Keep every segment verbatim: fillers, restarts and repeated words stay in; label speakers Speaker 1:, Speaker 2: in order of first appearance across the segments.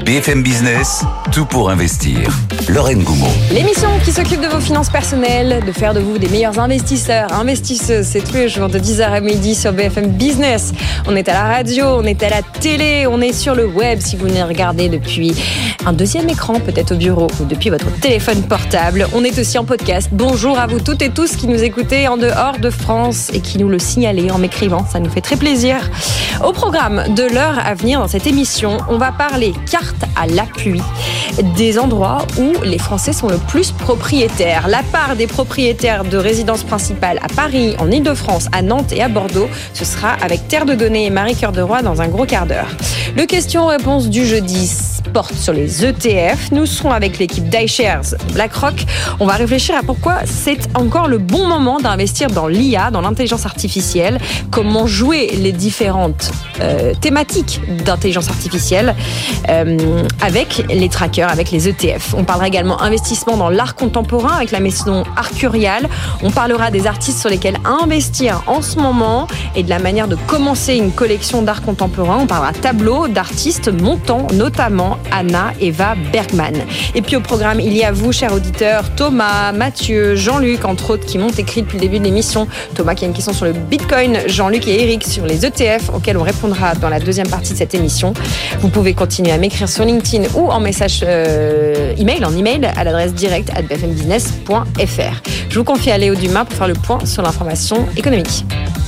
Speaker 1: B F M Business, tout pour investir. Lorraine Goumeau.
Speaker 2: L'émission qui s'occupe de vos finances personnelles, de faire de vous des meilleurs investisseurs, investisseuses, c'est tous les jours de dix heures à midi sur B F M Business. On est à la radio, on est à la télé, on est sur le web si vous nous regardez depuis un deuxième écran, peut-être au bureau ou depuis votre téléphone portable. On est aussi en podcast. Bonjour à vous toutes et tous qui nous écoutez en dehors de France et qui nous le signalez en m'écrivant. Ça nous fait très plaisir. Au programme de l'heure à venir dans cette émission, on va parler carte à l'appui, des endroits où les Français sont le plus propriétaires. La part des propriétaires de résidences principales à Paris, en Ile-de-France, à Nantes et à Bordeaux, ce sera avec Terre de Données et Marie Cœur de Roy dans un gros quart d'heure. Le question-réponse du jeudi porte sur les E T F. Nous serons avec l'équipe d'iShares BlackRock. On va réfléchir à pourquoi c'est encore le bon moment d'investir dans l'I A, dans l'intelligence artificielle, comment jouer les différentes euh, thématiques d'intelligence artificielle euh, avec les trackers, avec les E T F. On parlera également investissement dans l'art contemporain avec la maison Arcurial. On parlera des artistes sur lesquels investir en ce moment et de la manière de commencer une collection d'art contemporain. On parlera tableaux d'artistes montants, notamment Anna Eva Bergman. Et puis au programme, il y a vous, chers auditeurs, Thomas, Mathieu, Jean-Luc, entre autres, qui m'ont écrit depuis le début de l'émission. Thomas qui a une question sur le Bitcoin, Jean-Luc et Eric sur les E T F, auxquels on répondra dans la deuxième partie de cette émission. Vous pouvez continuer à m'écrire sur LinkedIn ou en message euh, email, en email à l'adresse direct arobase b f m business point f r. Je vous confie à Léo Dumas pour faire le point sur l'information économique.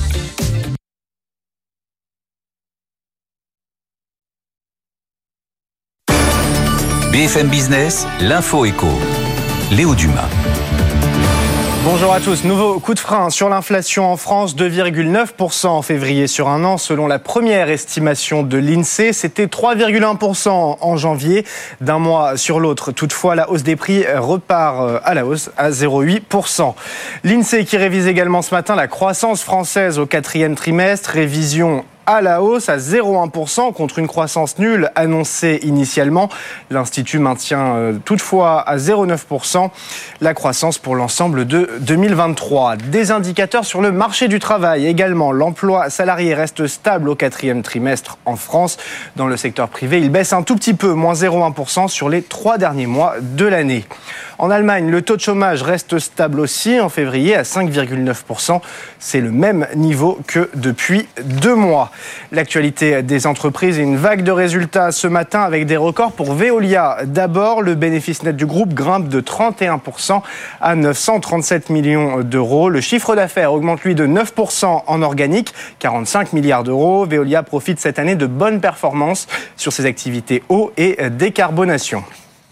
Speaker 1: B F M Business, l'info éco. Léo Dumas.
Speaker 3: Bonjour à tous. Nouveau coup de frein sur l'inflation en France, deux virgule neuf pour cent en février sur un an. Selon la première estimation de l'INSEE, c'était trois virgule un pour cent en janvier. D'un mois sur l'autre, toutefois, la hausse des prix repart à la hausse à zéro virgule huit pour cent. L'INSEE qui révise également ce matin la croissance française au quatrième trimestre. Révision à la hausse à zéro virgule un pour cent contre une croissance nulle annoncée initialement. L'Institut maintient euh, toutefois à zéro virgule neuf pour cent la croissance pour l'ensemble de deux mille vingt-trois. Des indicateurs sur le marché du travail également. L'emploi salarié reste stable au quatrième trimestre en France. Dans le secteur privé, il baisse un tout petit peu, moins zéro virgule un pour cent sur les trois derniers mois de l'année. En Allemagne, le taux de chômage reste stable aussi en février à cinq virgule neuf pour cent. C'est le même niveau que depuis deux mois. L'actualité des entreprises et une vague de résultats ce matin avec des records pour Veolia. D'abord, le bénéfice net du groupe grimpe de trente et un pour cent à neuf cent trente-sept millions d'euros. Le chiffre d'affaires augmente lui de neuf pour cent en organique, quarante-cinq milliards d'euros. Veolia profite cette année de bonnes performances sur ses activités eau et décarbonation.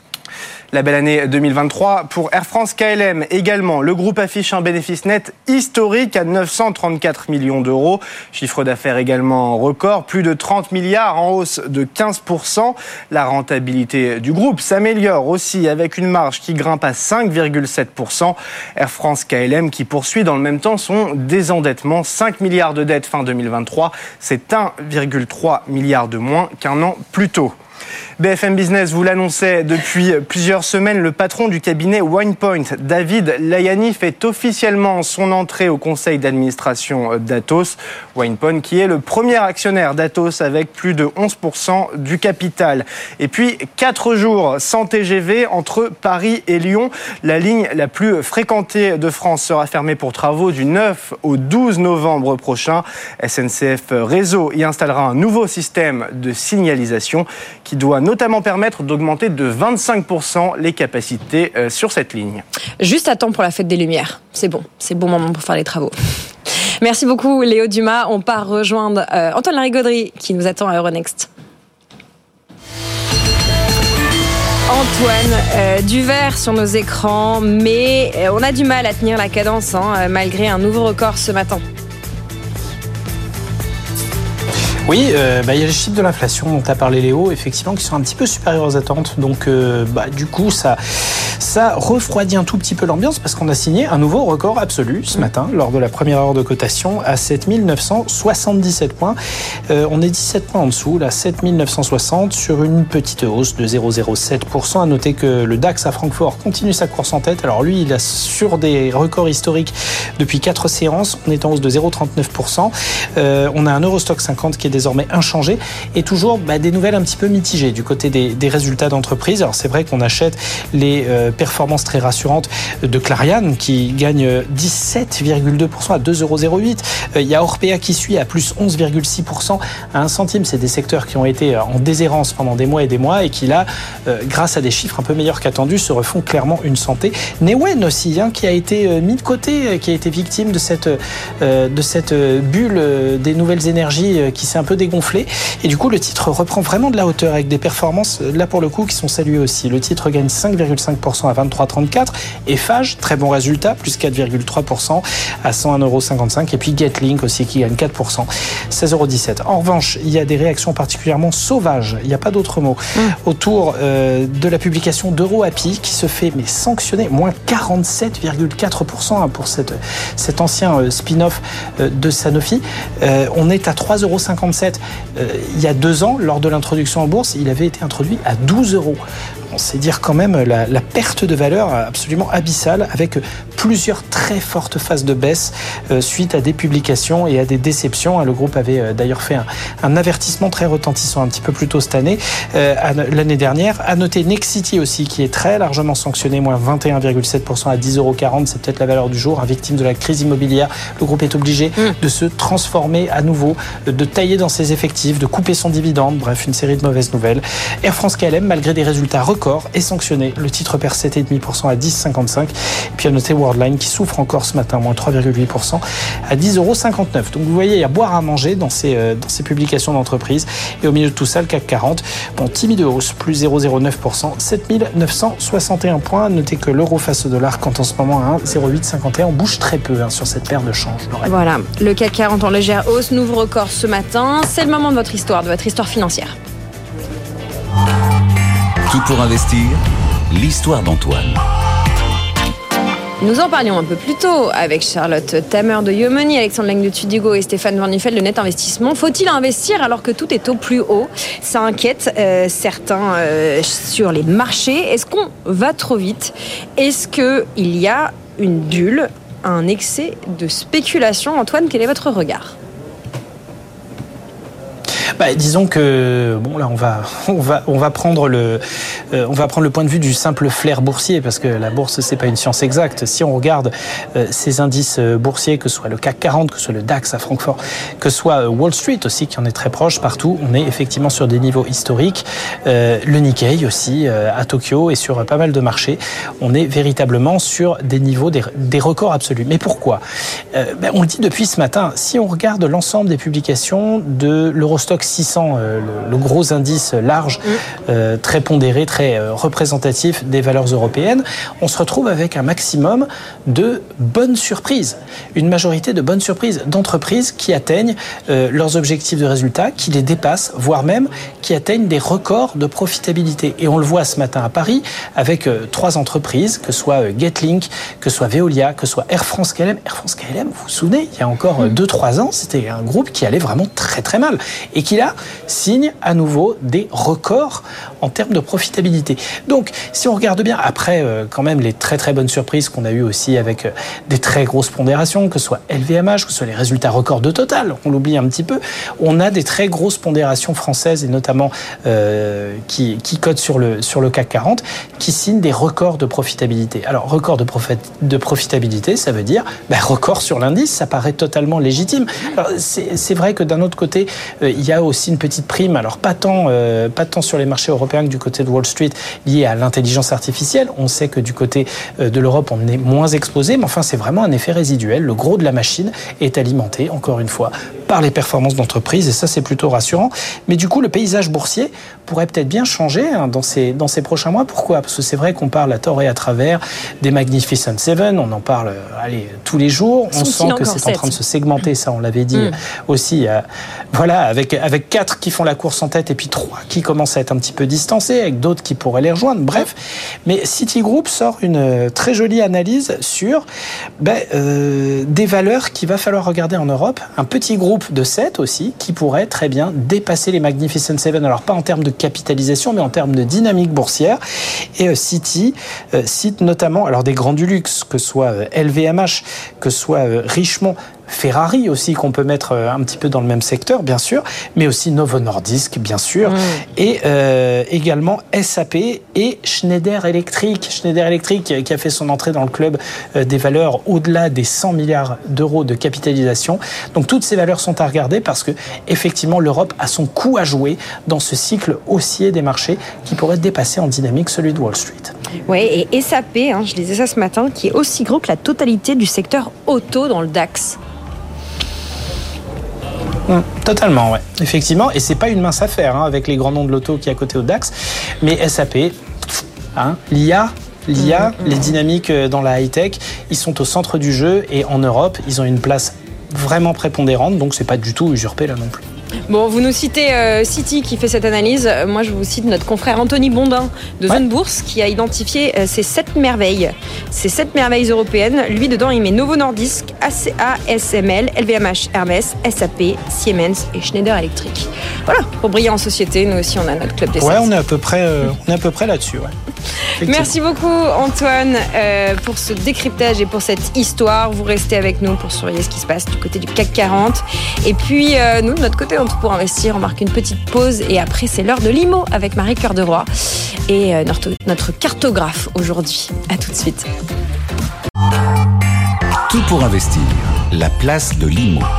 Speaker 3: La belle année deux mille vingt-trois pour Air France K L M également. Le groupe affiche un bénéfice net historique à neuf cent trente-quatre millions d'euros. Chiffre d'affaires également record, plus de trente milliards en hausse de quinze pour cent. La rentabilité du groupe s'améliore aussi avec une marge qui grimpe à cinq virgule sept pour cent. Air France K L M qui poursuit dans le même temps son désendettement. cinq milliards de dettes fin deux mille vingt-trois, c'est un virgule trois milliard de moins qu'un an plus tôt. B F M Business vous l'annonçait depuis plusieurs semaines, le patron du cabinet WinePoint, David Layani, fait officiellement son entrée au conseil d'administration d'Atos. WinePoint qui est le premier actionnaire d'Atos avec plus de onze pour cent du capital. Et puis, quatre jours sans T G V entre Paris et Lyon. La ligne la plus fréquentée de France sera fermée pour travaux du neuf au douze novembre prochain. S N C F Réseau y installera un nouveau système de signalisation qui doit notamment permettre d'augmenter de vingt-cinq pour cent les capacités sur cette ligne.
Speaker 2: Juste à temps pour la fête des Lumières. C'est bon, c'est le bon moment pour faire les travaux. Merci beaucoup Léo Dumas. On part rejoindre euh, Antoine Larigauderie qui nous attend à Euronext. Antoine, euh, du vert sur nos écrans, mais euh, on a du mal à tenir la cadence hein, malgré un nouveau record ce matin.
Speaker 4: Oui, euh, bah, il y a les chiffres de l'inflation dont tu as parlé Léo, effectivement, qui sont un petit peu supérieurs aux attentes. Donc, euh, bah, du coup, ça, ça refroidit un tout petit peu l'ambiance parce qu'on a signé un nouveau record absolu ce matin lors de la première heure de cotation à sept mille neuf cent soixante-dix-sept points. Euh, on est dix-sept points en dessous, là sept mille neuf cent soixante sur une petite hausse de zéro virgule zéro sept pour cent. À noter que le DAX à Francfort continue sa course en tête. Alors lui, il est sur des records historiques depuis quatre séances. On est en hausse de zéro virgule trente-neuf pour cent. Euh, on a un Eurostock cinquante qui est désormais inchangé et toujours bah, des nouvelles un petit peu mitigées du côté des, des résultats d'entreprise. Alors c'est vrai qu'on achète les euh, performances très rassurantes de Clariane qui gagne dix-sept virgule deux pour cent à deux virgule zéro huit. Euh, il y a Orpea qui suit à plus onze virgule six pour cent à un centime. C'est des secteurs qui ont été en déshérence pendant des mois et des mois et qui là, euh, grâce à des chiffres un peu meilleurs qu'attendus, se refont clairement une santé. Neoen aussi, hein, qui a été mis de côté, qui a été victime de cette, euh, de cette bulle des nouvelles énergies qui s'est un peu dégonflée. Et du coup, le titre reprend vraiment de la hauteur avec des performances, là pour le coup, qui sont saluées aussi. Le titre gagne cinq virgule cinq pour cent à vingt-trois virgule trente-quatre. Eiffage, très bon résultat, plus quatre virgule trois pour cent à cent un virgule cinquante-cinq euros. Et puis Getlink aussi qui gagne quatre pour cent, seize virgule dix-sept euros. En revanche, il y a des réactions particulièrement sauvages, il n'y a pas d'autre mot, mmh. autour euh, de la publication d'EuroAPI qui se fait mais sanctionner, moins quarante-sept virgule quatre pour cent hein, pour cette, cet ancien euh, spin-off euh, de Sanofi. Euh, on est à trois virgule cinquante-sept euros. Euh, il y a deux ans, lors de l'introduction en bourse, il avait été introduit à douze euros. On sait dire quand même la, la perte de valeur absolument abyssale avec plusieurs très fortes phases de baisse euh, suite à des publications et à des déceptions. Le groupe avait euh, d'ailleurs fait un, un avertissement très retentissant un petit peu plus tôt cette année, euh, l'année dernière. À noter Nexity aussi qui est très largement sanctionné, moins vingt et un virgule sept pour cent à dix euros quarante. C'est peut-être la valeur du jour. Hein, victime de la crise immobilière, le groupe est obligé mmh. de se transformer à nouveau, de tailler dans ses effectifs, de couper son dividende. Bref, une série de mauvaises nouvelles. Air France K L M, malgré des résultats records, est sanctionné. Le titre perd sept virgule cinq pour cent à dix virgule cinquante-cinq. Et puis à noter Worldline qui souffre encore ce matin, moins trois virgule huit pour cent à dix euros cinquante-neuf. Donc vous voyez, il y a boire à manger dans ces, euh, dans ces publications d'entreprise. Et au milieu de tout ça, le C A C quarante, bon, timide hausse, plus zéro virgule zéro neuf pour cent, sept mille neuf cent soixante et un points. Notez que l'euro face au dollar, quand en ce moment à un virgule zéro huit cinquante et un, on bouge très peu hein, sur cette paire de change.
Speaker 2: Voilà, le C A C quarante en légère hausse, nouveau record ce matin. C'est le moment de votre histoire, de votre histoire financière.
Speaker 1: Tout pour investir, l'histoire d'Antoine.
Speaker 2: Nous en parlions un peu plus tôt avec Charlotte Tamer de Yomoney, Alexandre Leng de Tudigo et Stéphane Van Nuffel de Net Investissement. Faut-il investir alors que tout est au plus haut ? Ça inquiète euh, certains euh, sur les marchés. Est-ce qu'on va trop vite ? Est-ce qu'il y a une bulle, un excès de spéculation ? Antoine, quel est votre regard ?
Speaker 4: Bah, disons que bon là on va on va on va prendre le euh, on va prendre le point de vue du simple flair boursier parce que la bourse c'est pas une science exacte. Si on regarde euh, ces indices boursiers, que ce soit le C A C quarante, que ce soit le DAX à Francfort, que ce soit Wall Street aussi qui en est très proche, partout on est effectivement sur des niveaux historiques. Euh, le Nikkei aussi euh, à Tokyo et sur pas mal de marchés, on est véritablement sur des niveaux des, des records absolus. Mais pourquoi ? euh, ben, On le dit depuis ce matin. Si on regarde l'ensemble des publications de l'Eurostock six cents, euh, le, le gros indice large, euh, très pondéré, très euh, représentatif des valeurs européennes, on se retrouve avec un maximum de bonnes surprises. Une majorité de bonnes surprises d'entreprises qui atteignent euh, leurs objectifs de résultats, qui les dépassent, voire même qui atteignent des records de profitabilité. Et on le voit ce matin à Paris avec euh, trois entreprises, que ce soit euh, Getlink, que ce soit Veolia, que ce soit Air France K L M. Air France K L M, vous vous souvenez, il y a encore deux trois ans, c'était un groupe qui allait vraiment très très mal et qui là signe à nouveau des records en termes de profitabilité. Donc, si on regarde bien, après euh, quand même les très très bonnes surprises qu'on a eues aussi avec euh, des très grosses pondérations, que ce soit L V M H, que ce soit les résultats records de Total, on l'oublie un petit peu, on a des très grosses pondérations françaises et notamment euh, qui, qui cotent sur le, sur le C A C quarante, qui signent des records de profitabilité. Alors, record de, profit, de profitabilité, ça veut dire bah, record sur l'indice, ça paraît totalement légitime. Alors, c'est, c'est vrai que d'un autre côté, euh, il y a aussi une petite prime, alors pas tant, euh, pas tant sur les marchés européens que du côté de Wall Street, liée à l'intelligence artificielle. On sait que du côté euh, de l'Europe, on est moins exposé, mais enfin, c'est vraiment un effet résiduel. Le gros de la machine est alimenté, encore une fois, par les performances d'entreprise, et ça c'est plutôt rassurant. Mais du coup, le paysage boursier pourrait peut-être bien changer hein, dans, ces, dans ces prochains mois. Pourquoi ? Parce que c'est vrai qu'on parle à tort et à travers des Magnificent Seven, on en parle allez, tous les jours, on sent que c'est en train de se segmenter, ça on l'avait dit mmh. aussi, euh, voilà, avec, avec quatre qui font la course en tête et puis trois qui commencent à être un petit peu distancés, avec d'autres qui pourraient les rejoindre, bref. Mais Citigroup sort une très jolie analyse sur ben, euh, des valeurs qu'il va falloir regarder en Europe, un petit groupe de sept aussi, qui pourrait très bien dépasser les Magnificent Seven, alors pas en termes de capitalisation, mais en termes de dynamique boursière. Et euh, Citi euh, cite notamment alors des grands du luxe, que ce soit euh, L V M H, que ce soit euh, Richemont, Ferrari aussi, qu'on peut mettre un petit peu dans le même secteur, bien sûr, mais aussi Novo Nordisk, bien sûr, mmh. et euh, également S A P et Schneider Electric. Schneider Electric qui a fait son entrée dans le club des valeurs au-delà des cent milliards d'euros de capitalisation. Donc toutes ces valeurs sont à regarder parce que effectivement l'Europe a son coup à jouer dans ce cycle haussier des marchés qui pourrait dépasser en dynamique celui de Wall Street.
Speaker 2: Oui, et S A P, hein, je lisais ça ce matin, qui est aussi gros que la totalité du secteur auto dans le DAX.
Speaker 4: Totalement, ouais. Effectivement, et c'est pas une mince affaire hein, avec les grands noms de l'auto qui est à côté au DAX, mais S A P, hein, l'I A, l'I A, mmh, les dynamiques dans la high-tech, ils sont au centre du jeu et en Europe, ils ont une place vraiment prépondérante, donc c'est pas du tout usurpé là non plus.
Speaker 2: Bon, vous nous citez euh, Citi qui fait cette analyse. Moi, je vous cite notre confrère Anthony Bondin de Zone ouais. Bourse qui a identifié euh, ces sept merveilles. Ces sept merveilles européennes. Lui, dedans, il met Novo Nordisk, A C A S M L, L V M H, Hermès, S A P, Siemens et Schneider Electric. Voilà, pour briller en société, nous aussi, on a notre club des sept.
Speaker 4: Ouais, on est à peu près, euh, on est à peu près là-dessus, ouais.
Speaker 2: Merci beaucoup, Antoine, euh, pour ce décryptage et pour cette histoire. Vous restez avec nous pour surveiller ce qui se passe du côté du C A C quarante. Et puis, euh, nous, de notre côté, Tout pour investir, on marque une petite pause et après c'est l'heure de l'I M O avec Marie Cœur de Roi et notre, notre cartographe aujourd'hui. À tout de suite.
Speaker 1: Tout pour investir, la place de l'I M O.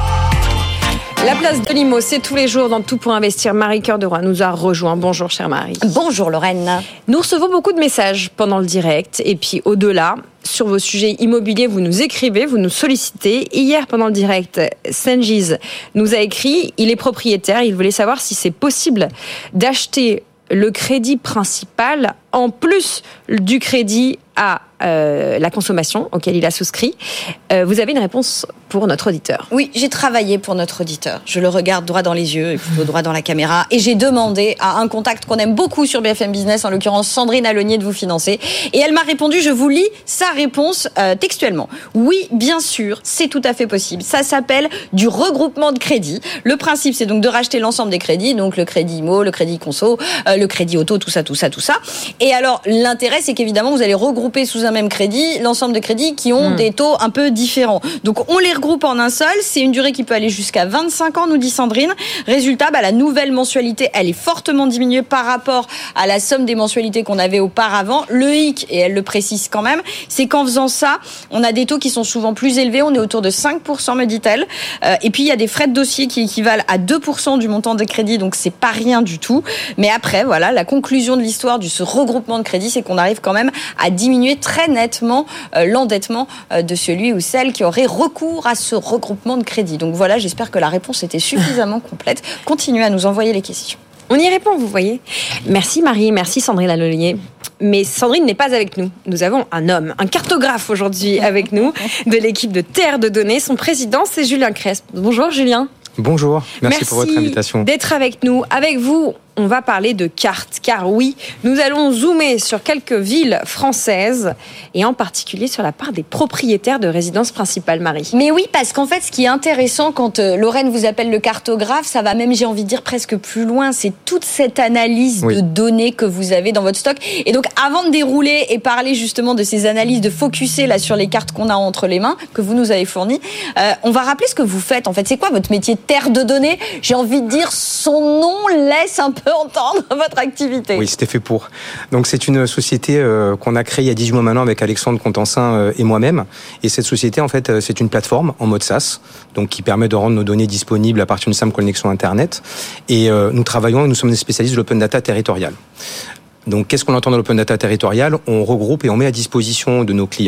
Speaker 2: La place de l'I M O, c'est tous les jours dans Tout pour investir. Marie Cœur de Roi nous a rejoint. Bonjour chère Marie.
Speaker 5: Bonjour Lorraine.
Speaker 2: Nous recevons beaucoup de messages pendant le direct et puis au-delà. Sur vos sujets immobiliers, vous nous écrivez, vous nous sollicitez. Hier, pendant le direct, Sanjiz nous a écrit, il est propriétaire, il voulait savoir si c'est possible d'acheter le crédit principal en plus du crédit à euh, la consommation auquel il a souscrit. Euh, vous avez une réponse pour notre auditeur?
Speaker 5: Oui, j'ai travaillé pour notre auditeur. Je le regarde droit dans les yeux et plutôt droit dans la caméra. Et j'ai demandé à un contact qu'on aime beaucoup sur B F M Business, en l'occurrence Sandrine Alonier, de vous financer. Et elle m'a répondu, je vous lis sa réponse euh, textuellement. Oui, bien sûr, c'est tout à fait possible. Ça s'appelle du regroupement de crédits. Le principe, c'est donc de racheter l'ensemble des crédits, donc le crédit I M O, le crédit conso, euh, le crédit auto, tout ça, tout ça, tout ça. Et alors, l'intérêt, c'est qu'évidemment, vous allez regrouper sous un même crédit l'ensemble de crédits qui ont mmh. des taux un peu différents. Donc, on les regroupe en un seul. C'est une durée qui peut aller jusqu'à vingt-cinq ans, nous dit Sandrine. Résultat, bah, la nouvelle mensualité, elle est fortement diminuée par rapport à la somme des mensualités qu'on avait auparavant. Le hic, et elle le précise quand même, c'est qu'en faisant ça, on a des taux qui sont souvent plus élevés. On est autour de cinq pour cent, me dit-elle. Euh, et puis, il y a des frais de dossier qui équivalent à deux pour cent du montant des crédits. Donc, c'est pas rien du tout. Mais après, voilà, la conclusion de l'histoire de ce regroupement de crédits, c'est qu'on arrive quand même à diminuer très nettement euh, l'endettement euh, de celui ou celle qui aurait recours à ce regroupement de crédits. Donc voilà, j'espère que la réponse était suffisamment complète. Continuez à nous envoyer les questions.
Speaker 2: On y répond, vous voyez. Merci Marie, merci Sandrine Alonier. Mais Sandrine n'est pas avec nous. Nous avons un homme, un cartographe aujourd'hui avec nous, de l'équipe de Terre de Données. Son président, c'est Julien Cresp. Bonjour Julien.
Speaker 6: Bonjour, merci, merci pour votre invitation.
Speaker 2: D'être avec nous. Avec vous, on va parler de cartes, car oui, nous allons zoomer sur quelques villes françaises, et en particulier sur la part des propriétaires de résidences principales, Marie.
Speaker 5: Mais oui, parce qu'en fait, ce qui est intéressant quand euh, Lorraine vous appelle le cartographe, ça va même, j'ai envie de dire, presque plus loin, c'est toute cette analyse oui. de données que vous avez dans votre stock. Et donc, avant de dérouler et parler justement de ces analyses, de focuser là sur les cartes qu'on a entre les mains, que vous nous avez fournies, euh, on va rappeler ce que vous faites. En fait, c'est quoi votre métier? Terre de données? J'ai envie de dire, son nom laisse un peu entendre votre activité.
Speaker 6: Oui, c'était fait pour. Donc c'est une société euh, qu'on a créée il y a dix-huit mois maintenant avec Alexandre Contensin euh, et moi-même. Et cette société, en fait, euh, c'est une plateforme en mode SaaS, donc qui permet de rendre nos données disponibles à partir d'une simple connexion Internet. Et euh, nous travaillons et nous sommes des spécialistes de l'open data territorial. Donc qu'est-ce qu'on entend dans l'open data territorial? On regroupe et on met à disposition de nos clients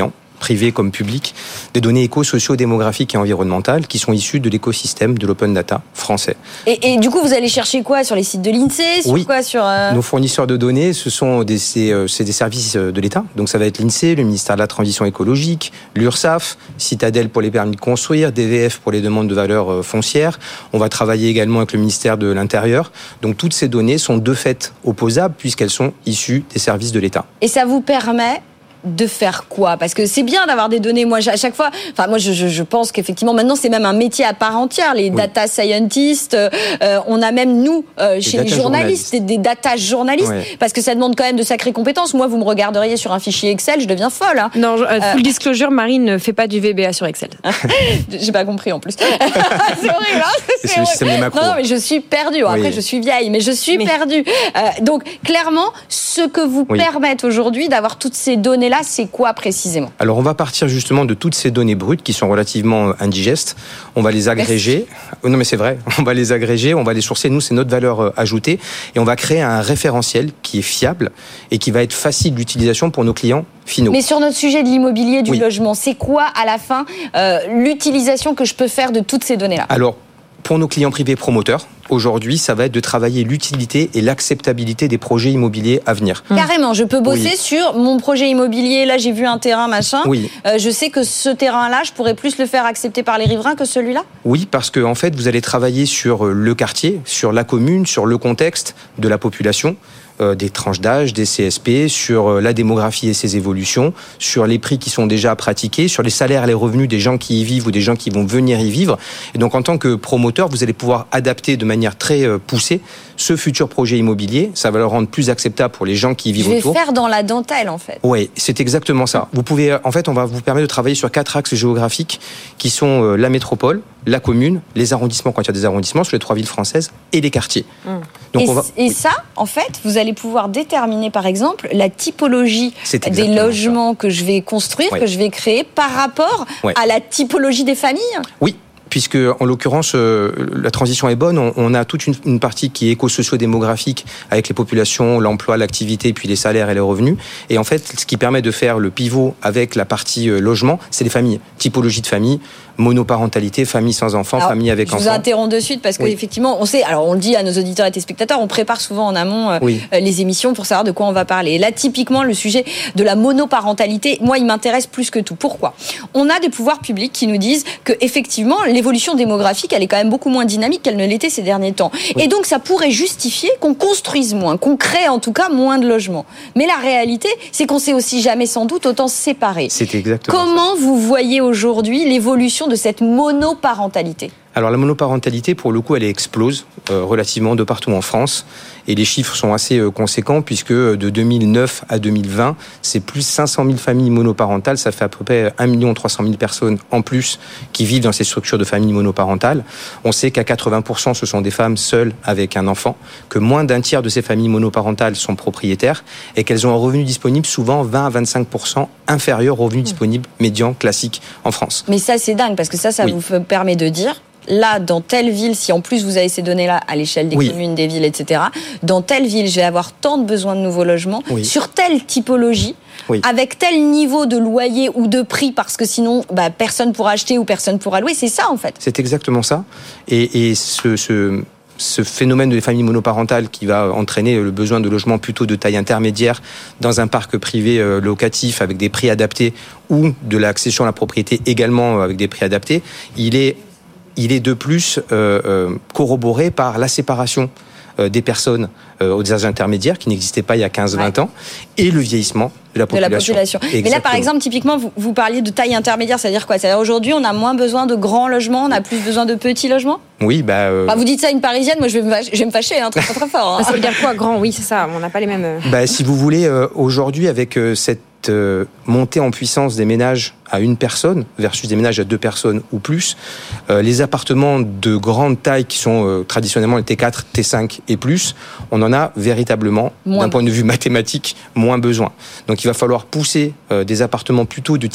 Speaker 6: privées comme publiques, des données éco-socio-démographiques et environnementales qui sont issues de l'écosystème de l'open data français.
Speaker 5: Et, et du coup, vous allez chercher quoi sur les sites de l'INSEE, sur
Speaker 6: oui.
Speaker 5: quoi sur euh...
Speaker 6: Nos fournisseurs de données, ce sont des, c'est, c'est des services de l'État. Donc ça va être l'INSEE, le ministère de la Transition écologique, l'URSSAF, Citadel pour les permis de construire, D V F pour les demandes de valeur foncière. On va travailler également avec le ministère de l'Intérieur. Donc toutes ces données sont de fait opposables puisqu'elles sont issues des services de l'État.
Speaker 5: Et ça vous permet de faire quoi? Parce que c'est bien d'avoir des données. Moi, à chaque fois, enfin, moi, je, je, je pense qu'effectivement, maintenant, c'est même un métier à part entière. Les oui. data scientists, euh, on a même nous, euh, chez les journalistes, journalistes. Des, des data journalistes, ouais. parce que ça demande quand même de sacrées compétences. Moi, vous me regarderiez sur un fichier Excel, je deviens folle. Hein.
Speaker 2: Non, euh, full euh... disclosure, Marine ne fait pas du V B A sur Excel.
Speaker 5: J'ai pas compris en plus. C'est horrible. Hein c'est
Speaker 6: c'est le système des macros.
Speaker 5: Non, non, mais je suis perdue. Après, oui. je suis vieille, mais je suis mais... perdue. Euh, donc, clairement, ce que vous oui. permettent aujourd'hui d'avoir toutes ces données-là, c'est quoi précisément?
Speaker 6: Alors, on va partir justement de toutes ces données brutes qui sont relativement indigestes. On va les agréger. Merci. Non, mais c'est vrai. On va les agréger, on va les sourcer. Nous, c'est notre valeur ajoutée. Et on va créer un référentiel qui est fiable et qui va être facile d'utilisation pour nos clients finaux.
Speaker 5: Mais sur notre sujet de l'immobilier, du
Speaker 6: oui.
Speaker 5: logement, c'est quoi, à la fin, euh, l'utilisation que je peux faire de toutes ces données-là?
Speaker 6: Alors, pour nos clients privés promoteurs, aujourd'hui, ça va être de travailler l'utilité et l'acceptabilité des projets immobiliers à venir.
Speaker 5: Carrément, je peux bosser oui. sur mon projet immobilier. Là, j'ai vu un terrain, machin.
Speaker 6: Oui.
Speaker 5: Euh, je sais que ce terrain-là, je pourrais plus le faire accepter par les riverains que celui-là?
Speaker 6: Oui, parce que en fait, vous allez travailler sur le quartier, sur la commune, sur le contexte de la population. Euh, des tranches d'âge, des C S P, sur euh, la démographie et ses évolutions, sur les prix qui sont déjà pratiqués, sur les salaires et les revenus des gens qui y vivent ou des gens qui vont venir y vivre. Et donc, en tant que promoteur, vous allez pouvoir adapter de manière très euh, poussée ce futur projet immobilier. Ça va le rendre plus acceptable pour les gens qui y vivent
Speaker 5: autour.
Speaker 6: autour.
Speaker 5: Je vais faire dans la dentelle, en fait.
Speaker 6: Oui, c'est exactement ça. Vous pouvez, en fait, on va vous permettre de travailler sur quatre axes géographiques qui sont euh, la métropole, la commune, les arrondissements, quand il y a des arrondissements, sur les trois villes françaises, et les quartiers.
Speaker 5: Mmh. Donc
Speaker 6: et,
Speaker 5: on va... et ça, en fait, vous allez pouvoir déterminer, par exemple, la typologie des logements ça. que je vais construire, ouais. que je vais créer, par rapport ouais. à la typologie des familles.
Speaker 6: Oui. Puisque, en l'occurrence, euh, la transition est bonne. On, on a toute une, une partie qui est éco-socio-démographique avec les populations, l'emploi, l'activité, puis les salaires et les revenus. Et en fait, ce qui permet de faire le pivot avec la partie euh, logement, c'est les familles. Typologie de famille, monoparentalité, famille sans enfants, alors, famille avec
Speaker 5: enfants. Je
Speaker 6: enfants.
Speaker 5: vous interromps de suite parce qu'effectivement, oui. on sait, alors on le dit à nos auditeurs et téléspectateurs, on prépare souvent en amont euh, oui. les émissions pour savoir de quoi on va parler. Et là, typiquement, le sujet de la monoparentalité, moi, il m'intéresse plus que tout. Pourquoi ? On a des pouvoirs publics qui nous disent que, effectivement, l'évolution démographique, elle est quand même beaucoup moins dynamique qu'elle ne l'était ces derniers temps. Oui. Et donc, ça pourrait justifier qu'on construise moins, qu'on crée en tout cas moins de logements. Mais la réalité, c'est qu'on s'est aussi jamais sans doute autant séparés.
Speaker 6: C'est exactement
Speaker 5: Comment
Speaker 6: ça.
Speaker 5: vous voyez aujourd'hui l'évolution de cette monoparentalité ?
Speaker 6: Alors la monoparentalité, pour le coup, elle explose euh, relativement de partout en France. Et les chiffres sont assez euh, conséquents puisque de deux mille neuf à deux mille vingt, c'est plus cinq cent mille familles monoparentales. Ça fait à peu près un million trois cent mille personnes en plus qui vivent dans ces structures de familles monoparentales. On sait qu'à quatre-vingts pour cent, ce sont des femmes seules avec un enfant, que moins d'un tiers de ces familles monoparentales sont propriétaires et qu'elles ont un revenu disponible souvent vingt à vingt-cinq pour cent inférieur au revenu disponible médian classique en France.
Speaker 5: Mais ça, c'est dingue parce que ça, ça oui. vous permet de dire... Là, dans telle ville, si en plus vous avez ces données-là à l'échelle des oui. communes, des villes, et cetera, dans telle ville, je vais avoir tant de besoins de nouveaux logements, oui. sur telle typologie, oui. avec tel niveau de loyer ou de prix, parce que sinon, bah, personne pourra acheter ou personne pourra louer. C'est ça, en fait.
Speaker 6: C'est exactement ça. Et, et ce... ce... ce phénomène de familles monoparentales qui va entraîner le besoin de logements plutôt de taille intermédiaire dans un parc privé locatif avec des prix adaptés ou de l'accession à la propriété également avec des prix adaptés, il est Il est de plus euh, euh, corroboré par la séparation euh, des personnes euh, aux âges intermédiaires qui n'existaient pas il y a quinze à vingt ouais. ans et le vieillissement de la population.
Speaker 5: De la population. Mais là, par exemple, typiquement, vous, vous parliez de taille intermédiaire, c'est-à-dire quoi ? C'est-à-dire aujourd'hui, on a moins besoin de grands logements, on a plus besoin de petits logements ?
Speaker 6: Oui, bah... Euh...
Speaker 5: bah vous dites ça à une Parisienne, moi je vais me, je vais me fâcher, hein, très, très, très fort. Hein.
Speaker 2: Ça veut dire quoi, grand ? Oui, c'est ça, on n'a pas les mêmes... Euh...
Speaker 6: Bah, si vous voulez, euh, aujourd'hui, avec euh, cette euh, montée en puissance des ménages à une personne versus des ménages à deux personnes ou plus, euh, les appartements de grande taille qui sont euh, traditionnellement les T quatre, T cinq et plus, on en a véritablement, moins d'un point de vue mathématique, moins besoin. Donc il va falloir pousser euh, des appartements plutôt de type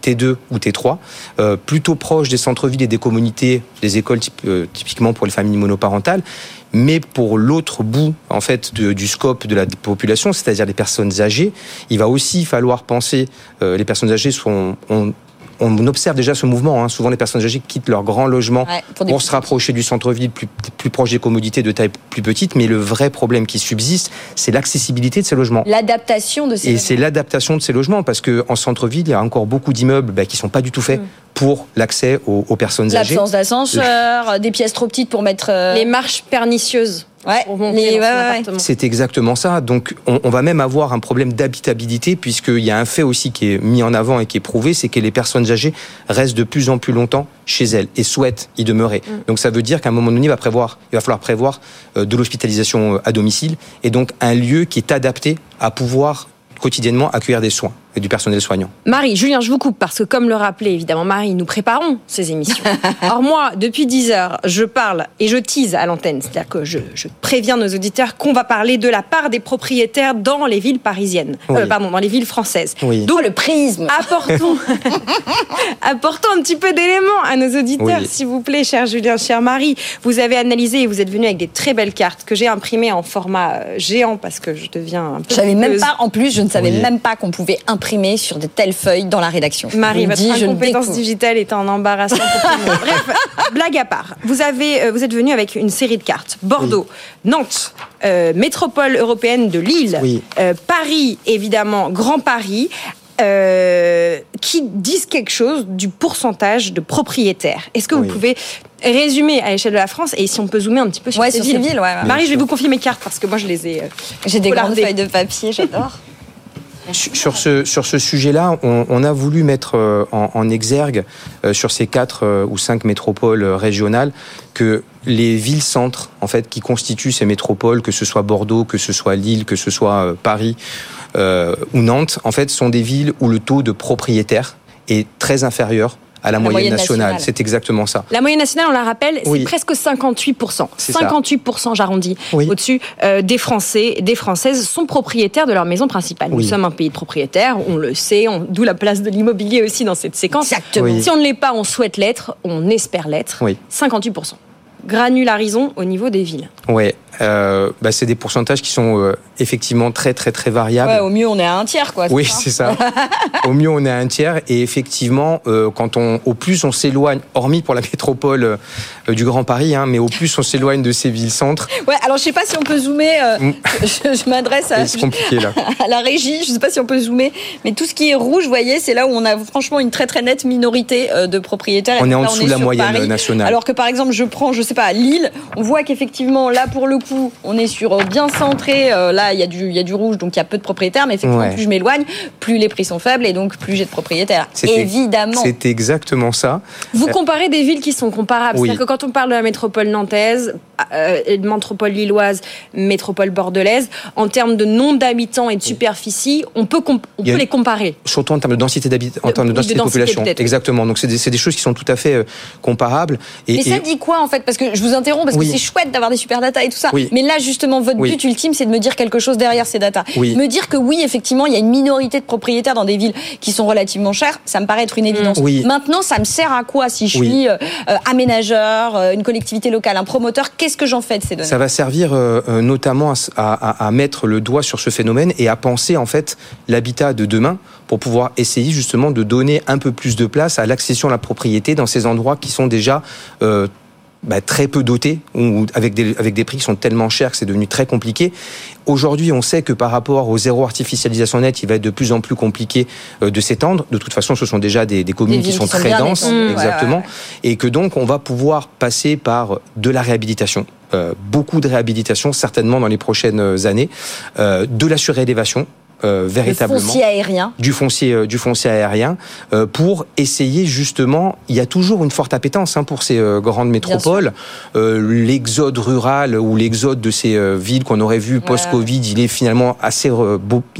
Speaker 6: T deux ou T trois, euh, plutôt proche des centres-villes et des communautés, des écoles typ, euh, typiquement pour les familles monoparentales. Mais pour l'autre bout, en fait, de, du scope de la population, c'est-à-dire les personnes âgées, il va aussi falloir penser, euh, les personnes âgées sont, on, on observe déjà ce mouvement, hein. Souvent les personnes âgées quittent leur grand logement ouais, pour, pour se rapprocher du centre-ville, plus, plus proche des commodités de taille plus petite, mais le vrai problème qui subsiste, c'est l'accessibilité de ces logements.
Speaker 5: L'adaptation de ces
Speaker 6: Et
Speaker 5: logements.
Speaker 6: c'est l'adaptation de ces logements, parce qu'en centre-ville, il y a encore beaucoup d'immeubles bah, qui ne sont pas du tout faits. Mmh. pour l'accès aux, aux personnes âgées.
Speaker 5: L'absence d'ascenseur, des pièces trop petites pour mettre... Euh...
Speaker 2: Les marches pernicieuses.
Speaker 5: Ouais, les, ouais, ouais.
Speaker 6: C'est exactement ça. Donc, on, on va même avoir un problème d'habitabilité, puisqu'il y a un fait aussi qui est mis en avant et qui est prouvé, c'est que les personnes âgées restent de plus en plus longtemps chez elles et souhaitent y demeurer. Mm. Donc, ça veut dire qu'à un moment donné, il va, prévoir, il va falloir prévoir euh, de l'hospitalisation à domicile, et donc un lieu qui est adapté à pouvoir quotidiennement accueillir des soins et du personnel soignant.
Speaker 2: Marie, Julien, je vous coupe parce que comme le rappelait évidemment Marie, nous préparons ces émissions. Or moi, depuis dix heures, je parle et je tease à l'antenne, c'est-à-dire que je, je préviens nos auditeurs qu'on va parler de la part des propriétaires dans les villes parisiennes, oui. euh, pardon, dans les villes françaises.
Speaker 5: Oui. D'où le prisme.
Speaker 2: Apportons, apportons un petit peu d'éléments à nos auditeurs, oui. s'il vous plaît, cher Julien, cher Marie. Vous avez analysé et vous êtes venu avec des très belles cartes que j'ai imprimées en format géant parce que je deviens un peu...
Speaker 5: Je savais même pas, en plus, je ne savais oui. même pas qu'on pouvait imprimer imprimé sur de telles feuilles dans la rédaction.
Speaker 2: Marie, votre incompétence digitale est en embarrassant pour tout le monde. Bref, blague à part. Vous, avez, vous êtes venu avec une série de cartes. Bordeaux, oui. Nantes, euh, métropole européenne de Lille, oui. euh, Paris, évidemment, Grand Paris, euh, qui disent quelque chose du pourcentage de propriétaires. Est-ce que oui. vous pouvez résumer à l'échelle de la France, et si on peut zoomer un petit peu sur
Speaker 5: ouais,
Speaker 2: ces
Speaker 5: sur
Speaker 2: villes,
Speaker 5: ces villes ouais, ouais.
Speaker 2: Marie, je vais vous confier mes cartes parce que moi, je les ai... Euh,
Speaker 5: J'ai des grandes feuilles de papier, j'adore.
Speaker 6: Sur ce, sur ce sujet-là, on, on a voulu mettre en, en exergue euh, sur ces quatre euh, ou cinq métropoles régionales que les villes-centres, en fait, qui constituent ces métropoles, que ce soit Bordeaux, que ce soit Lille, que ce soit euh, Paris euh, ou Nantes, en fait, sont des villes où le taux de propriétaires est très inférieur à la, la moyenne, moyenne nationale. nationale. C'est exactement ça.
Speaker 2: La moyenne nationale, on la rappelle, c'est oui. presque cinquante-huit pour cent. C'est cinquante-huit pour cent, j'arrondis, oui. au-dessus euh, des Français, des Françaises sont propriétaires de leur maison principale. Oui. Nous sommes un pays de propriétaires, on le sait, on, d'où la place de l'immobilier aussi dans cette séquence.
Speaker 5: Exactement. Oui.
Speaker 2: Si on ne l'est pas, on souhaite l'être, on espère l'être.
Speaker 6: Oui.
Speaker 2: cinquante-huit pour cent. Granularisons au niveau des villes.
Speaker 6: Ouais, euh, bah c'est des pourcentages qui sont euh, effectivement très très très variables.
Speaker 5: Ouais, au mieux on est à un tiers quoi.
Speaker 6: Oui, c'est ça. Au mieux on est à un tiers et effectivement euh, quand on au plus on s'éloigne, hormis pour la métropole euh, du Grand Paris, hein, mais au plus on s'éloigne de ces villes-centres.
Speaker 5: Ouais, alors je sais pas si on peut zoomer. Euh, mm. je, je m'adresse à,
Speaker 6: c'est compliqué, là.
Speaker 5: à la régie. Je sais pas si on peut zoomer, mais tout ce qui est rouge, vous voyez, c'est là où on a franchement une très très nette minorité euh, de propriétaires.
Speaker 6: On
Speaker 5: et
Speaker 6: est en
Speaker 5: là,
Speaker 6: dessous
Speaker 5: on est
Speaker 6: de la moyenne
Speaker 5: Paris,
Speaker 6: nationale.
Speaker 5: Alors que par exemple, je prends, je sais pas, Lille, on voit qu'effectivement là pour le coup, on est sur bien centré. Euh, là, il y a du, il y a du rouge, donc il y a peu de propriétaires, mais effectivement, ouais. plus je m'éloigne, plus les prix sont faibles et donc plus j'ai de propriétaires. C'est évidemment.
Speaker 6: C'est exactement ça.
Speaker 2: Vous comparez des villes qui sont comparables. Oui. C'est-à-dire que quand on parle de la métropole nantaise, euh, métropole lilloise, métropole bordelaise, en termes de nombre d'habitants et de superficie, on peut, comp- on peut les comparer.
Speaker 6: Surtout en termes de densité d'habitants, en termes de densité de, de population. Peut-être. Exactement. Donc c'est des, c'est des choses qui sont tout à fait euh, comparables.
Speaker 5: Et, mais ça et... dit quoi en fait? Parce que je vous interromps parce oui. que c'est chouette d'avoir des super data et tout ça. Oui. Mais là justement, votre oui. but ultime, c'est de me dire quelque chose derrière ces data. Oui. Me dire que oui, effectivement, il y a une minorité de propriétaires dans des villes qui sont relativement chères. Ça me paraît être une évidence.
Speaker 6: Oui.
Speaker 5: Maintenant, ça me sert à quoi si je oui. suis euh, aménageur, euh, une collectivité locale, un promoteur? Qu'est-ce que j'en fais de ces données?
Speaker 6: Ça va servir euh, notamment à, à, à mettre le doigt sur ce phénomène et à penser en fait l'habitat de demain pour pouvoir essayer justement de donner un peu plus de place à l'accession à la propriété dans ces endroits qui sont déjà euh, bah, très peu dotés, ou avec des, avec des prix qui sont tellement chers que c'est devenu très compliqué. Aujourd'hui, on sait que par rapport au zéro artificialisation nette, il va être de plus en plus compliqué de s'étendre. De toute façon, ce sont déjà des, des communes des qui sont, sont très denses, mmh, exactement, ouais, ouais. et que donc on va pouvoir passer par de la réhabilitation. Euh, beaucoup de réhabilitation, certainement dans les prochaines années, euh, de la surélévation. Euh, véritablement
Speaker 5: du foncier aérien
Speaker 6: du foncier euh, du foncier aérien euh, pour essayer justement, il y a toujours une forte appétence hein, pour ces euh, grandes métropoles, euh, l'exode rural ou l'exode de ces euh, villes qu'on aurait vu post-Covid, ouais. il est finalement assez euh, beau, il est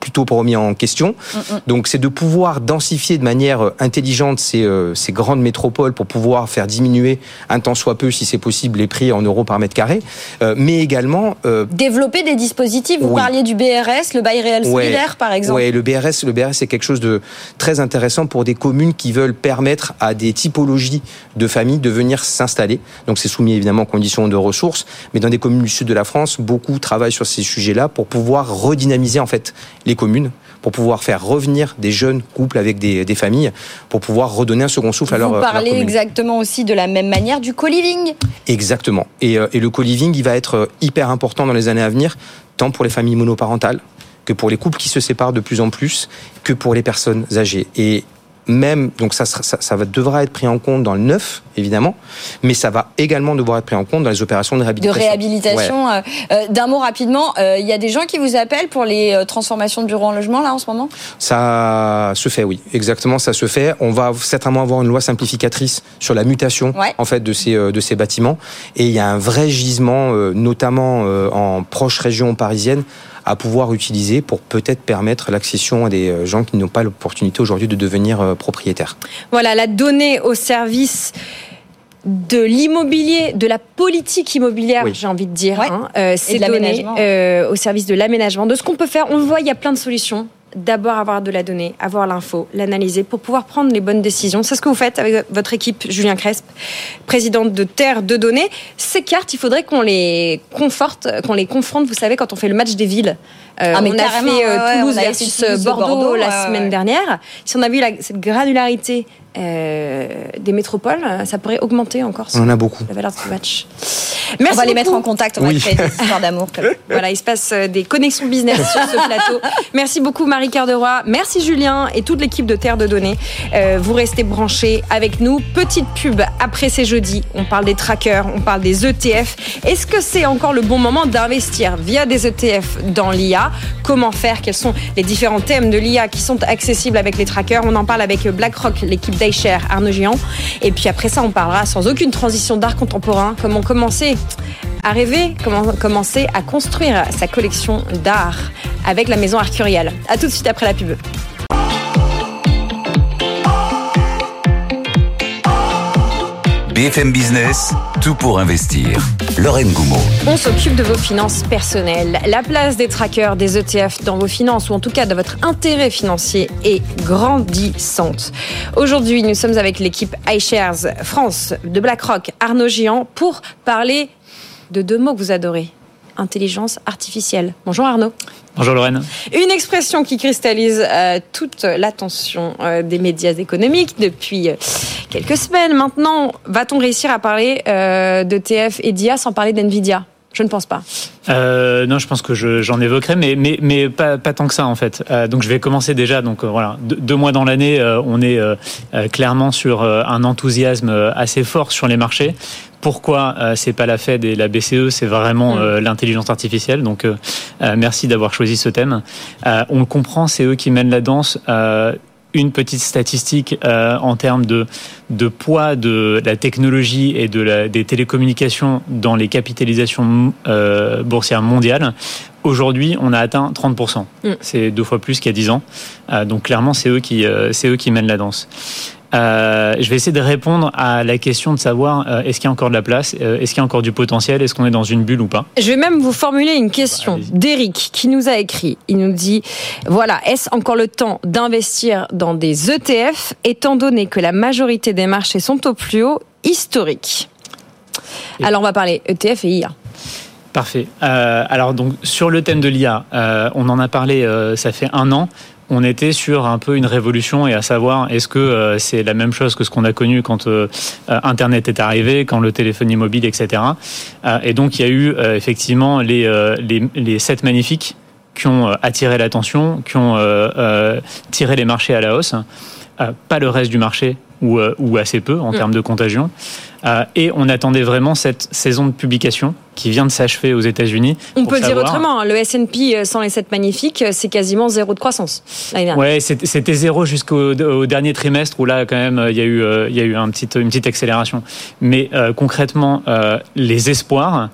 Speaker 6: plutôt remis en question. Mm-hmm. Donc c'est de pouvoir densifier de manière intelligente ces, euh, ces grandes métropoles pour pouvoir faire diminuer un tant soit peu, si c'est possible, les prix en euros par mètre carré, euh, mais également euh,
Speaker 5: développer des dispositifs. Vous oui. parliez du B R S, le bail réel
Speaker 6: ouais.
Speaker 5: solidaire, par exemple.
Speaker 6: Oui, le B R S, le B R S, c'est quelque chose de très intéressant pour des communes qui veulent permettre à des typologies de familles de venir s'installer. Donc c'est soumis évidemment aux conditions de ressources, mais dans des communes du sud de la France, beaucoup travaillent sur ces sujets-là pour pouvoir redynamiser en fait les communes, pour pouvoir faire revenir des jeunes couples avec des, des familles, pour pouvoir redonner un second souffle à leur,
Speaker 5: Vous parlez
Speaker 6: à leur commune.
Speaker 5: Exactement aussi de la même manière du co-living.
Speaker 6: Exactement. Et, et le co-living, il va être hyper important dans les années à venir, tant pour les familles monoparentales que pour les couples qui se séparent de plus en plus, que pour les personnes âgées. Et même, donc ça, ça, ça devra être pris en compte dans le neuf, évidemment, mais ça va également devoir être pris en compte dans les opérations de réhabilitation.
Speaker 5: De réhabilitation. Ouais. Euh, d'un mot rapidement, il euh, y a des gens qui vous appellent pour les euh, transformations de bureaux en logement, là, en ce moment ?
Speaker 6: Ça se fait, oui. Exactement, ça se fait. On va certainement avoir une loi simplificatrice sur la mutation, ouais. en fait, de ces, euh, de ces bâtiments. Et il y a un vrai gisement, euh, notamment euh, en proche région parisienne, à pouvoir utiliser pour peut-être permettre l'accession à des gens qui n'ont pas l'opportunité aujourd'hui de devenir propriétaires.
Speaker 2: Voilà, la donnée au service de l'immobilier, de la politique immobilière, oui. j'ai envie de dire. Ouais. Hein, euh, c'est donné euh, au service de l'aménagement, de ce qu'on peut faire. On le voit, il y a plein de solutions. D'abord avoir de la donnée, avoir l'info, l'analyser pour pouvoir prendre les bonnes décisions. C'est ce que vous faites avec votre équipe, Julien Cresp, présidente de Terre de Données. Ces cartes, il faudrait qu'on les conforte, qu'on les confronte, vous savez, quand on fait le match des villes. Euh,
Speaker 5: ah, mais
Speaker 2: on a fait euh,
Speaker 5: ouais,
Speaker 2: Toulouse
Speaker 5: on a
Speaker 2: versus
Speaker 5: Toulouse
Speaker 2: Bordeaux,
Speaker 5: Bordeaux
Speaker 2: la
Speaker 5: ouais,
Speaker 2: semaine
Speaker 5: ouais.
Speaker 2: dernière. Si on a vu la, cette granularité euh, des métropoles, ça pourrait augmenter encore
Speaker 6: on en a beaucoup.
Speaker 2: la valeur de ce match.
Speaker 5: Merci on va beaucoup. Les mettre en contact, on oui. va créer des histoires d'amour.
Speaker 2: Voilà, il se passe des connexions business sur ce plateau. Merci beaucoup Marie-Cœur de Roy, merci Julien et toute l'équipe de Terre de Données. Euh, vous restez branchés avec nous. Petite pub après ces jeudis. On parle des trackers, on parle des E T F. Est-ce que c'est encore le bon moment d'investir via des E T F dans l'I A ? Comment faire ? Quels sont les différents thèmes de l'I A qui sont accessibles avec les trackers ? On en parle avec BlackRock, l'équipe d'iShares, Arnaud Géant. Et puis après ça, on parlera sans aucune transition d'art contemporain. Comment commencer à rêver, comment commencer à construire sa collection d'art avec la maison Arcurial. À tout de suite après la pub.
Speaker 1: B F M Business, tout pour investir. Lorraine Goumeau.
Speaker 2: On s'occupe de vos finances personnelles. La place des trackers, des E T F dans vos finances, ou en tout cas de votre intérêt financier, est grandissante. Aujourd'hui, nous sommes avec l'équipe iShares France de BlackRock, Arnaud Géant, pour parler de deux mots que vous adorez. Intelligence artificielle. Bonjour Arnaud.
Speaker 7: Bonjour Lorraine. Une
Speaker 2: expression qui cristallise euh, toute l'attention euh, des médias économiques depuis euh, quelques semaines. Maintenant, va-t-on réussir à parler euh, de T F et d'I A sans parler d'NVIDIA ? Je ne pense pas.
Speaker 7: Euh, non, je pense que je, j'en évoquerai, mais mais mais pas pas tant que ça en fait. Euh, donc je vais commencer déjà. Donc euh, voilà, deux, deux mois dans l'année, euh, on est euh, clairement sur euh, un enthousiasme assez fort sur les marchés. Pourquoi euh, c'est pas la Fed et la B C E, c'est vraiment euh, l'intelligence artificielle. Donc euh, euh, merci d'avoir choisi ce thème. Euh, on le comprend, c'est eux qui mènent la danse. Euh, Une petite statistique euh, en termes de, de poids de la technologie et de la, des télécommunications dans les capitalisations euh, boursières mondiales. Aujourd'hui, on a atteint trente pour cent. Mm. C'est deux fois plus qu'il y a dix ans. Euh, donc clairement, c'est eux qui, euh, c'est eux qui mènent la danse. Euh, je vais essayer de répondre à la question de savoir euh, est-ce qu'il y a encore de la place, euh, est-ce qu'il y a encore du potentiel, est-ce qu'on est dans une bulle ou pas.
Speaker 2: Je vais même vous formuler une question bah, d'Éric qui nous a écrit. Il nous dit voilà, est-ce encore le temps d'investir dans des E T F étant donné que la majorité des marchés sont au plus haut historique. Et alors on va parler E T F et I A.
Speaker 7: Parfait. Euh, alors donc sur le thème de l'I A, euh, on en a parlé, euh, ça fait un an. On était sur un peu une révolution et à savoir est-ce que euh, c'est la même chose que ce qu'on a connu quand euh, Internet est arrivé, quand le téléphonie mobile, et cetera. Euh, et donc il y a eu euh, effectivement les, euh, les, les sept magnifiques qui ont euh, attiré l'attention, qui ont euh, euh, tiré les marchés à la hausse. Euh, pas le reste du marché ou, euh, ou assez peu en mmh. termes de contagion. Euh, et on attendait vraiment cette saison de publication qui vient de s'achever aux États-Unis.
Speaker 2: On peut le dire autrement, le S and P sans les sept magnifiques, c'est quasiment zéro de croissance.
Speaker 7: Ouais, c'était, c'était zéro jusqu'au au dernier trimestre où là quand même il y a eu, il y a eu un petit, une petite accélération. Mais euh, concrètement, euh, les espoirs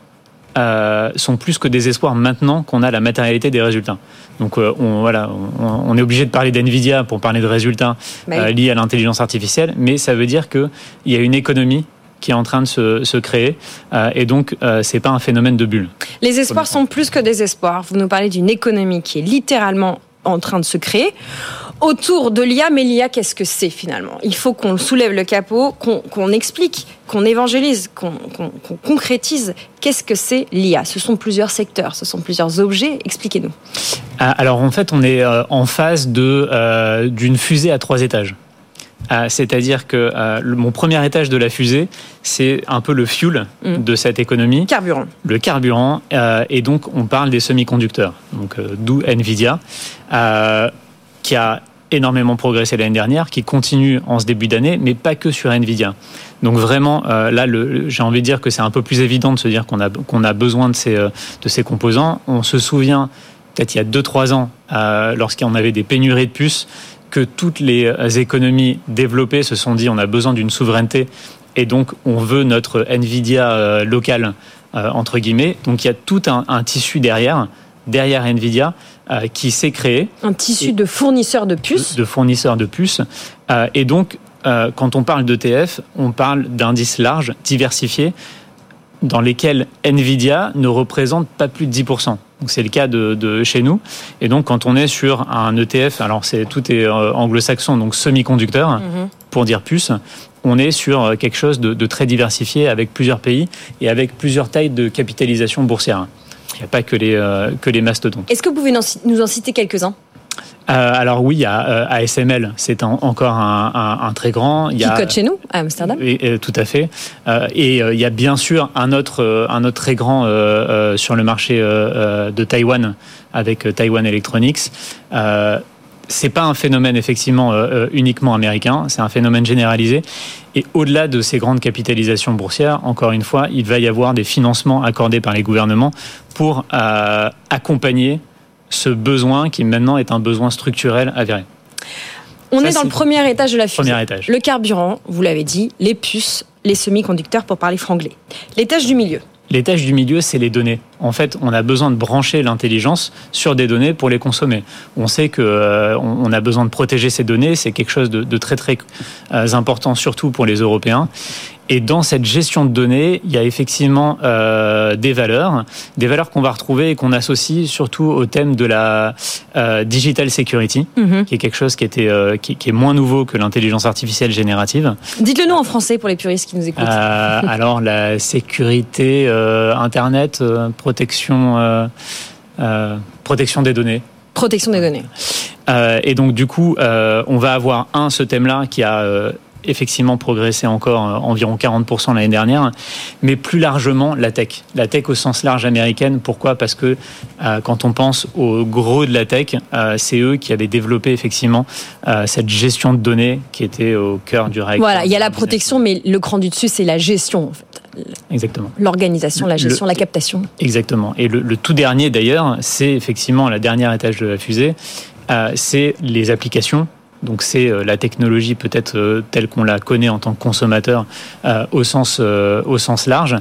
Speaker 7: euh, sont plus que des espoirs maintenant qu'on a la matérialité des résultats. Donc euh, on, voilà, on, on est obligé de parler d'NVIDIA pour parler de résultats bah oui. euh, liés à l'intelligence artificielle, mais ça veut dire qu'il y a une économie qui est en train de se, se créer, euh, et donc euh, c'est pas un phénomène de bulle.
Speaker 2: Les espoirs sont plus que des espoirs. Vous nous parlez d'une économie qui est littéralement en train de se créer autour de l'I A, mais l'I A, qu'est-ce que c'est finalement ? Il faut qu'on soulève le capot, qu'on, qu'on explique, qu'on évangélise, qu'on, qu'on, qu'on concrétise. Qu'est-ce que c'est l'I A ? Ce sont plusieurs secteurs, ce sont plusieurs objets. Expliquez-nous.
Speaker 7: Alors en fait, on est en phase de, euh, d'une fusée à trois étages. Euh, c'est-à-dire que euh, le, mon premier étage de la fusée, c'est un peu le fuel mmh. de cette économie.
Speaker 2: Carburant.
Speaker 7: Le carburant. Euh, et donc, on parle des semi-conducteurs. Donc, euh, d'où NVIDIA, euh, qui a énormément progressé l'année dernière, qui continue en ce début d'année, mais pas que sur NVIDIA. Donc vraiment, euh, là, le, j'ai envie de dire que c'est un peu plus évident de se dire qu'on a, qu'on a besoin de ces, de ces composants. On se souvient, peut-être il y a deux trois ans, euh, lorsqu'on avait des pénuries de puces, que toutes les économies développées se sont dit on a besoin d'une souveraineté et donc on veut notre NVIDIA euh, local, euh, entre guillemets. Donc il y a tout un, un tissu derrière, derrière NVIDIA, euh, qui s'est créé.
Speaker 2: Un tissu de fournisseurs de puces.
Speaker 7: De, de fournisseurs de puces. Euh, et donc, euh, quand on parle d'E T F, on parle d'indices larges, diversifiés, dans lesquels NVIDIA ne représente pas plus de dix pour cent. Donc c'est le cas de, de chez nous. Et donc quand on est sur un E T F, alors c'est, tout est euh, anglo-saxon, donc semi-conducteur, mmh. pour dire puce, on est sur quelque chose de, de très diversifié avec plusieurs pays et avec plusieurs tailles de capitalisation boursière. Il n'y a pas que les, euh, que les mastodontes.
Speaker 2: Est-ce que vous pouvez nous en citer quelques-uns ?
Speaker 7: Euh, alors oui, il y a euh, A S M L, c'est un, encore un, un, un très grand. Il y a,
Speaker 2: qui code chez nous, à Amsterdam.
Speaker 7: Et, et, tout à fait. Euh, et euh, il y a bien sûr un autre, euh, un autre très grand euh, euh, sur le marché euh, de Taïwan, avec euh, Taiwan Electronics. Euh, c'est pas un phénomène effectivement euh, uniquement américain, c'est un phénomène généralisé. Et au-delà de ces grandes capitalisations boursières, encore une fois, il va y avoir des financements accordés par les gouvernements pour euh, accompagner ce besoin qui maintenant est un besoin structurel avéré.
Speaker 2: On
Speaker 7: Ça,
Speaker 2: est dans
Speaker 7: c'est
Speaker 2: le premier étage de la fusée.
Speaker 7: Premier étage.
Speaker 2: Le carburant, vous l'avez dit, les puces, les semi-conducteurs pour parler franglais. L'étage du milieu.
Speaker 7: L'étage du milieu, c'est les données. En fait, on a besoin de brancher l'intelligence sur des données pour les consommer. On sait que euh, on a besoin de protéger ces données. C'est quelque chose de, de très très euh, important, surtout pour les Européens. Et dans cette gestion de données, il y a effectivement euh, des valeurs, des valeurs qu'on va retrouver et qu'on associe surtout au thème de la euh, digital security, mmh. qui est quelque chose qui, était, euh, qui, qui est moins nouveau que l'intelligence artificielle générative.
Speaker 2: Dites-le nous en français pour les puristes qui nous écoutent.
Speaker 7: Euh, alors la sécurité, euh, Internet, euh, protection, euh, euh, protection des données.
Speaker 2: Protection des données.
Speaker 7: Euh, et donc du coup, euh, on va avoir un ce thème-là qui a euh, effectivement progressé encore euh, environ quarante pour cent l'année dernière, mais plus largement la tech. La tech au sens large américaine. Pourquoi ? Parce que euh, quand on pense au gros de la tech, euh, c'est eux qui avaient développé effectivement euh, cette gestion de données qui était au cœur du règle.
Speaker 2: Voilà, il y a la protection, mais le cran du dessus, c'est la gestion en fait.
Speaker 7: Exactement.
Speaker 2: L'organisation, la gestion,
Speaker 7: le,
Speaker 2: la captation.
Speaker 7: Exactement. Et le, le tout dernier d'ailleurs, c'est effectivement la dernière étage de la fusée, euh, c'est les applications. Donc c'est la technologie peut-être euh, telle qu'on la connaît en tant que consommateur euh, au sens euh, au sens large,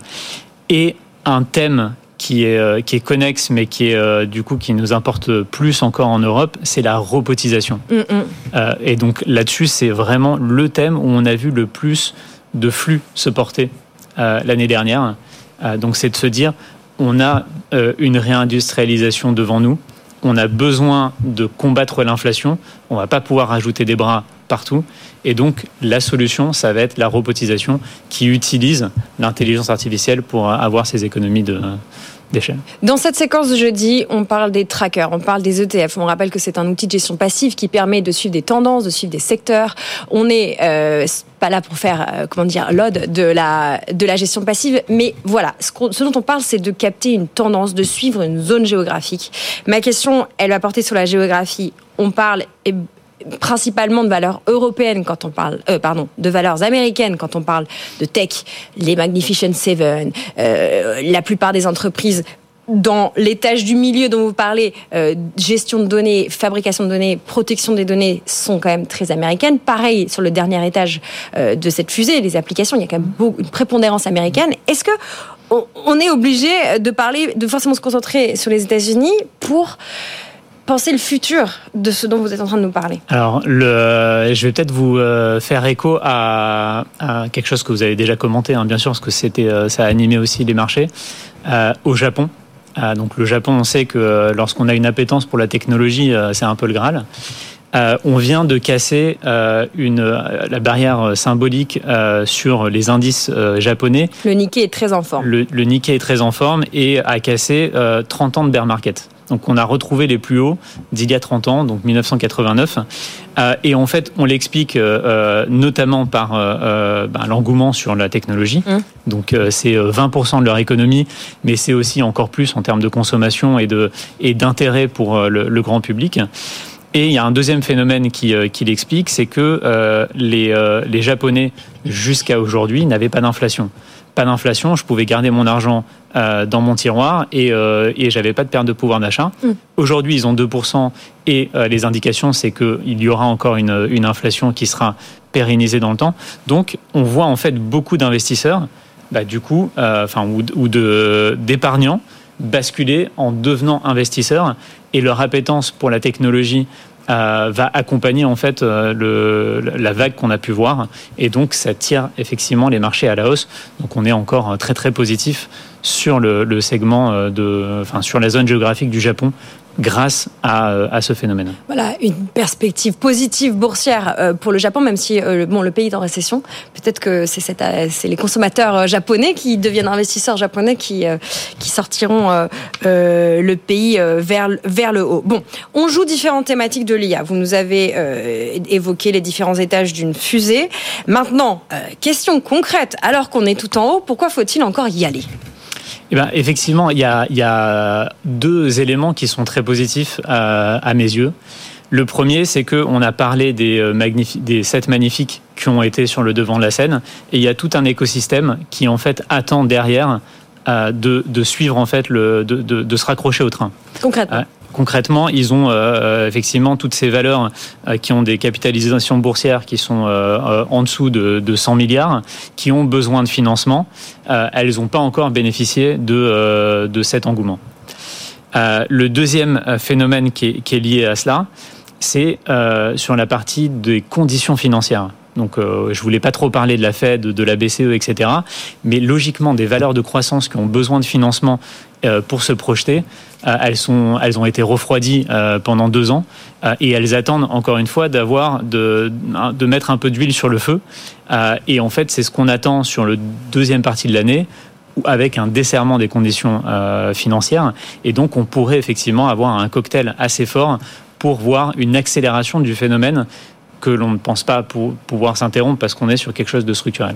Speaker 7: et un thème qui est euh, qui est connexe mais qui est euh, du coup qui nous importe plus encore en Europe, c'est la robotisation. Mm-hmm. Euh, et donc là-dessus, c'est vraiment le thème où on a vu le plus de flux se porter euh, l'année dernière. Euh, donc c'est de se dire, on a euh, une réindustrialisation devant nous. On a besoin de combattre l'inflation. On ne va pas pouvoir rajouter des bras partout. Et donc, la solution, ça va être la robotisation qui utilise l'intelligence artificielle pour avoir ces économies de, d'échelle.
Speaker 2: Dans cette séquence de jeudi, on parle des trackers, on parle des E T F. On rappelle que c'est un outil de gestion passive qui permet de suivre des tendances, de suivre des secteurs. On n'est euh, pas là pour faire, euh, comment dire, l'ode de la, de la gestion passive. Mais voilà, ce, ce dont on parle, c'est de capter une tendance, de suivre une zone géographique. Ma question, elle va porter sur la géographie. On parle et, principalement de valeurs européennes quand on parle, euh, pardon, de valeurs américaines quand on parle de tech, les Magnificent Seven, euh, la plupart des entreprises dans l'étage du milieu dont vous parlez, euh, gestion de données, fabrication de données, protection des données sont quand même très américaines. Pareil sur le dernier étage euh, de cette fusée, les applications, il y a quand même beaucoup, une prépondérance américaine. Est-ce que on, on est obligé de parler, de forcément se concentrer sur les États-Unis pour penser le futur de ce dont vous êtes en train de nous parler.
Speaker 7: Alors, le, je vais peut-être vous euh, faire écho à, à quelque chose que vous avez déjà commenté, hein, bien sûr, parce que c'était, euh, ça a animé aussi les marchés. Euh, au Japon, euh, donc le Japon, on sait que euh, lorsqu'on a une appétence pour la technologie, euh, c'est un peu le Graal. Euh, on vient de casser euh, une, la barrière symbolique euh, sur les indices euh, japonais.
Speaker 2: Le Nikkei est très en forme.
Speaker 7: Le, le Nikkei est très en forme et a cassé euh, trente ans de bear market. Donc on a retrouvé les plus hauts d'il y a trente ans, donc dix-neuf cent quatre-vingt-neuf. Euh, et en fait, on l'explique euh, notamment par euh, ben, l'engouement sur la technologie. Mmh. Donc euh, c'est vingt pour cent de leur économie, mais c'est aussi encore plus en termes de consommation et, de, et d'intérêt pour euh, le, le grand public. Et il y a un deuxième phénomène qui, euh, qui l'explique, c'est que euh, les, euh, les Japonais, jusqu'à aujourd'hui, n'avaient pas d'inflation. Pas d'inflation, je pouvais garder mon argent euh, dans mon tiroir et, euh, et j'avais pas de perte de pouvoir d'achat. Mm. Aujourd'hui, ils ont deux pour cent et euh, les indications, c'est qu'il y aura encore une, une inflation qui sera pérennisée dans le temps. Donc, on voit en fait beaucoup d'investisseurs, bah, du coup, euh, enfin, ou, ou de, d'épargnants, basculer en devenant investisseurs et leur appétence pour la technologie euh, va accompagner en fait euh, le, la vague qu'on a pu voir et donc ça tire effectivement les marchés à la hausse. Donc on est encore très très positif sur le, le segment de, enfin sur la zone géographique du Japon grâce à, à ce phénomène.
Speaker 2: Voilà, une perspective positive boursière pour le Japon, même si bon, le pays est en récession. Peut-être que c'est, cette, c'est les consommateurs japonais qui deviennent investisseurs japonais qui, qui sortiront euh, le pays vers, vers le haut. Bon, on joue différentes thématiques de l'I A. Vous nous avez euh, évoqué les différents étages d'une fusée. Maintenant, euh, question concrète, alors qu'on est tout en haut, pourquoi faut-il encore y aller ?
Speaker 7: Eh ben, effectivement, il y a, il y a deux éléments qui sont très positifs à, à mes yeux. Le premier, c'est qu'on a parlé des, magnifi- des sept magnifiques qui ont été sur le devant de la scène, et il y a tout un écosystème qui en fait attend derrière euh, de, de suivre en fait le, de, de, de se raccrocher au train.
Speaker 2: Concrètement.
Speaker 7: Euh, Concrètement, ils ont euh, effectivement toutes ces valeurs euh, qui ont des capitalisations boursières qui sont euh, en dessous de, de cent milliards, qui ont besoin de financement. Euh, elles n'ont pas encore bénéficié de, euh, de cet engouement. Euh, le deuxième phénomène qui est, qui est lié à cela, c'est euh, sur la partie des conditions financières. Donc, euh, je voulais pas trop parler de la Fed, de la B C E, et cetera. Mais logiquement, des valeurs de croissance qui ont besoin de financement euh, pour se projeter, euh, elles sont, elles ont été refroidies euh, pendant deux ans euh, et elles attendent encore une fois d'avoir de, de mettre un peu d'huile sur le feu. Euh, et en fait, c'est ce qu'on attend sur le deuxième partie de l'année, avec un desserrement des conditions euh, financières. Et donc, on pourrait effectivement avoir un cocktail assez fort pour voir une accélération du phénomène que l'on ne pense pas pour pouvoir s'interrompre parce qu'on est sur quelque chose de structurel.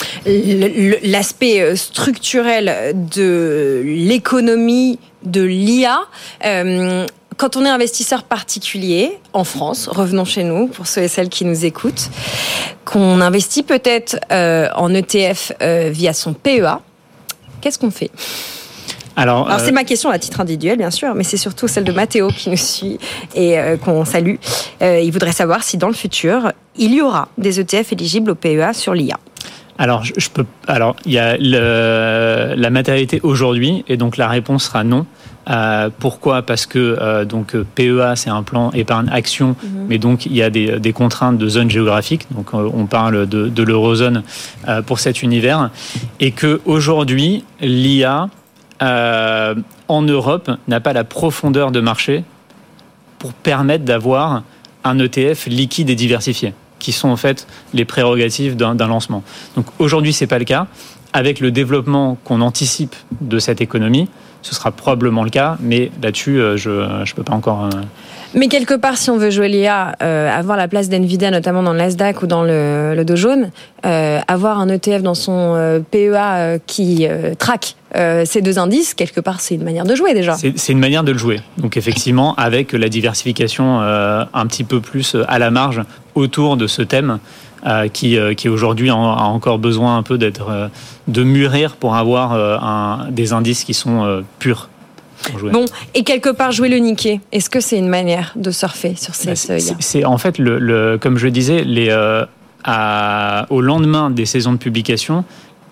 Speaker 2: L'aspect structurel de l'économie de l'I A, euh, quand on est investisseur particulier en France, revenons chez nous pour ceux et celles qui nous écoutent, qu'on investit peut-être euh, en E T F euh, via son P E A, qu'est-ce qu'on fait ? Alors, Alors c'est euh... ma question à titre individuel, bien sûr, mais c'est surtout celle de Mathéo qui nous suit et euh, qu'on salue. Euh, il voudrait savoir si dans le futur, il y aura des E T F éligibles au P E A sur l'I A.
Speaker 7: Alors, je, je peux. Alors, il y a le, la matérialité aujourd'hui, et donc la réponse sera non. Euh, pourquoi ? Parce que euh, donc P E A, c'est un plan épargne action, mmh. mais donc il y a des, des contraintes de zone géographique. Donc, euh, on parle de, de l'eurozone euh, pour cet univers, et que aujourd'hui, l'I A Euh, en Europe n'a pas la profondeur de marché pour permettre d'avoir un E T F liquide et diversifié, qui sont en fait les prérogatives d'un, d'un lancement. Donc aujourd'hui, c'est pas le cas. Avec le développement qu'on anticipe de cette économie, ce sera probablement le cas, mais là-dessus, je ne peux pas encore... Euh...
Speaker 2: Mais quelque part, si on veut jouer l'I A, euh, avoir la place d'NVIDIA, notamment dans le Nasdaq ou dans le, le Dow Jones, euh, avoir un E T F dans son euh, P E A euh, qui euh, traque euh, ces deux indices, quelque part, c'est une manière de jouer déjà.
Speaker 7: C'est, c'est une manière de le jouer. Donc effectivement, avec la diversification euh, un petit peu plus à la marge autour de ce thème, euh, qui, euh, qui aujourd'hui a encore besoin un peu d'être, euh, de mûrir pour avoir euh, un, des indices qui sont euh, purs.
Speaker 2: Bon, et quelque part jouer le Nikkei, est-ce que c'est une manière de surfer sur ces
Speaker 7: seuils ? c'est, c'est en fait, le, le, comme je le disais, les, euh, à, au lendemain des saisons de publication,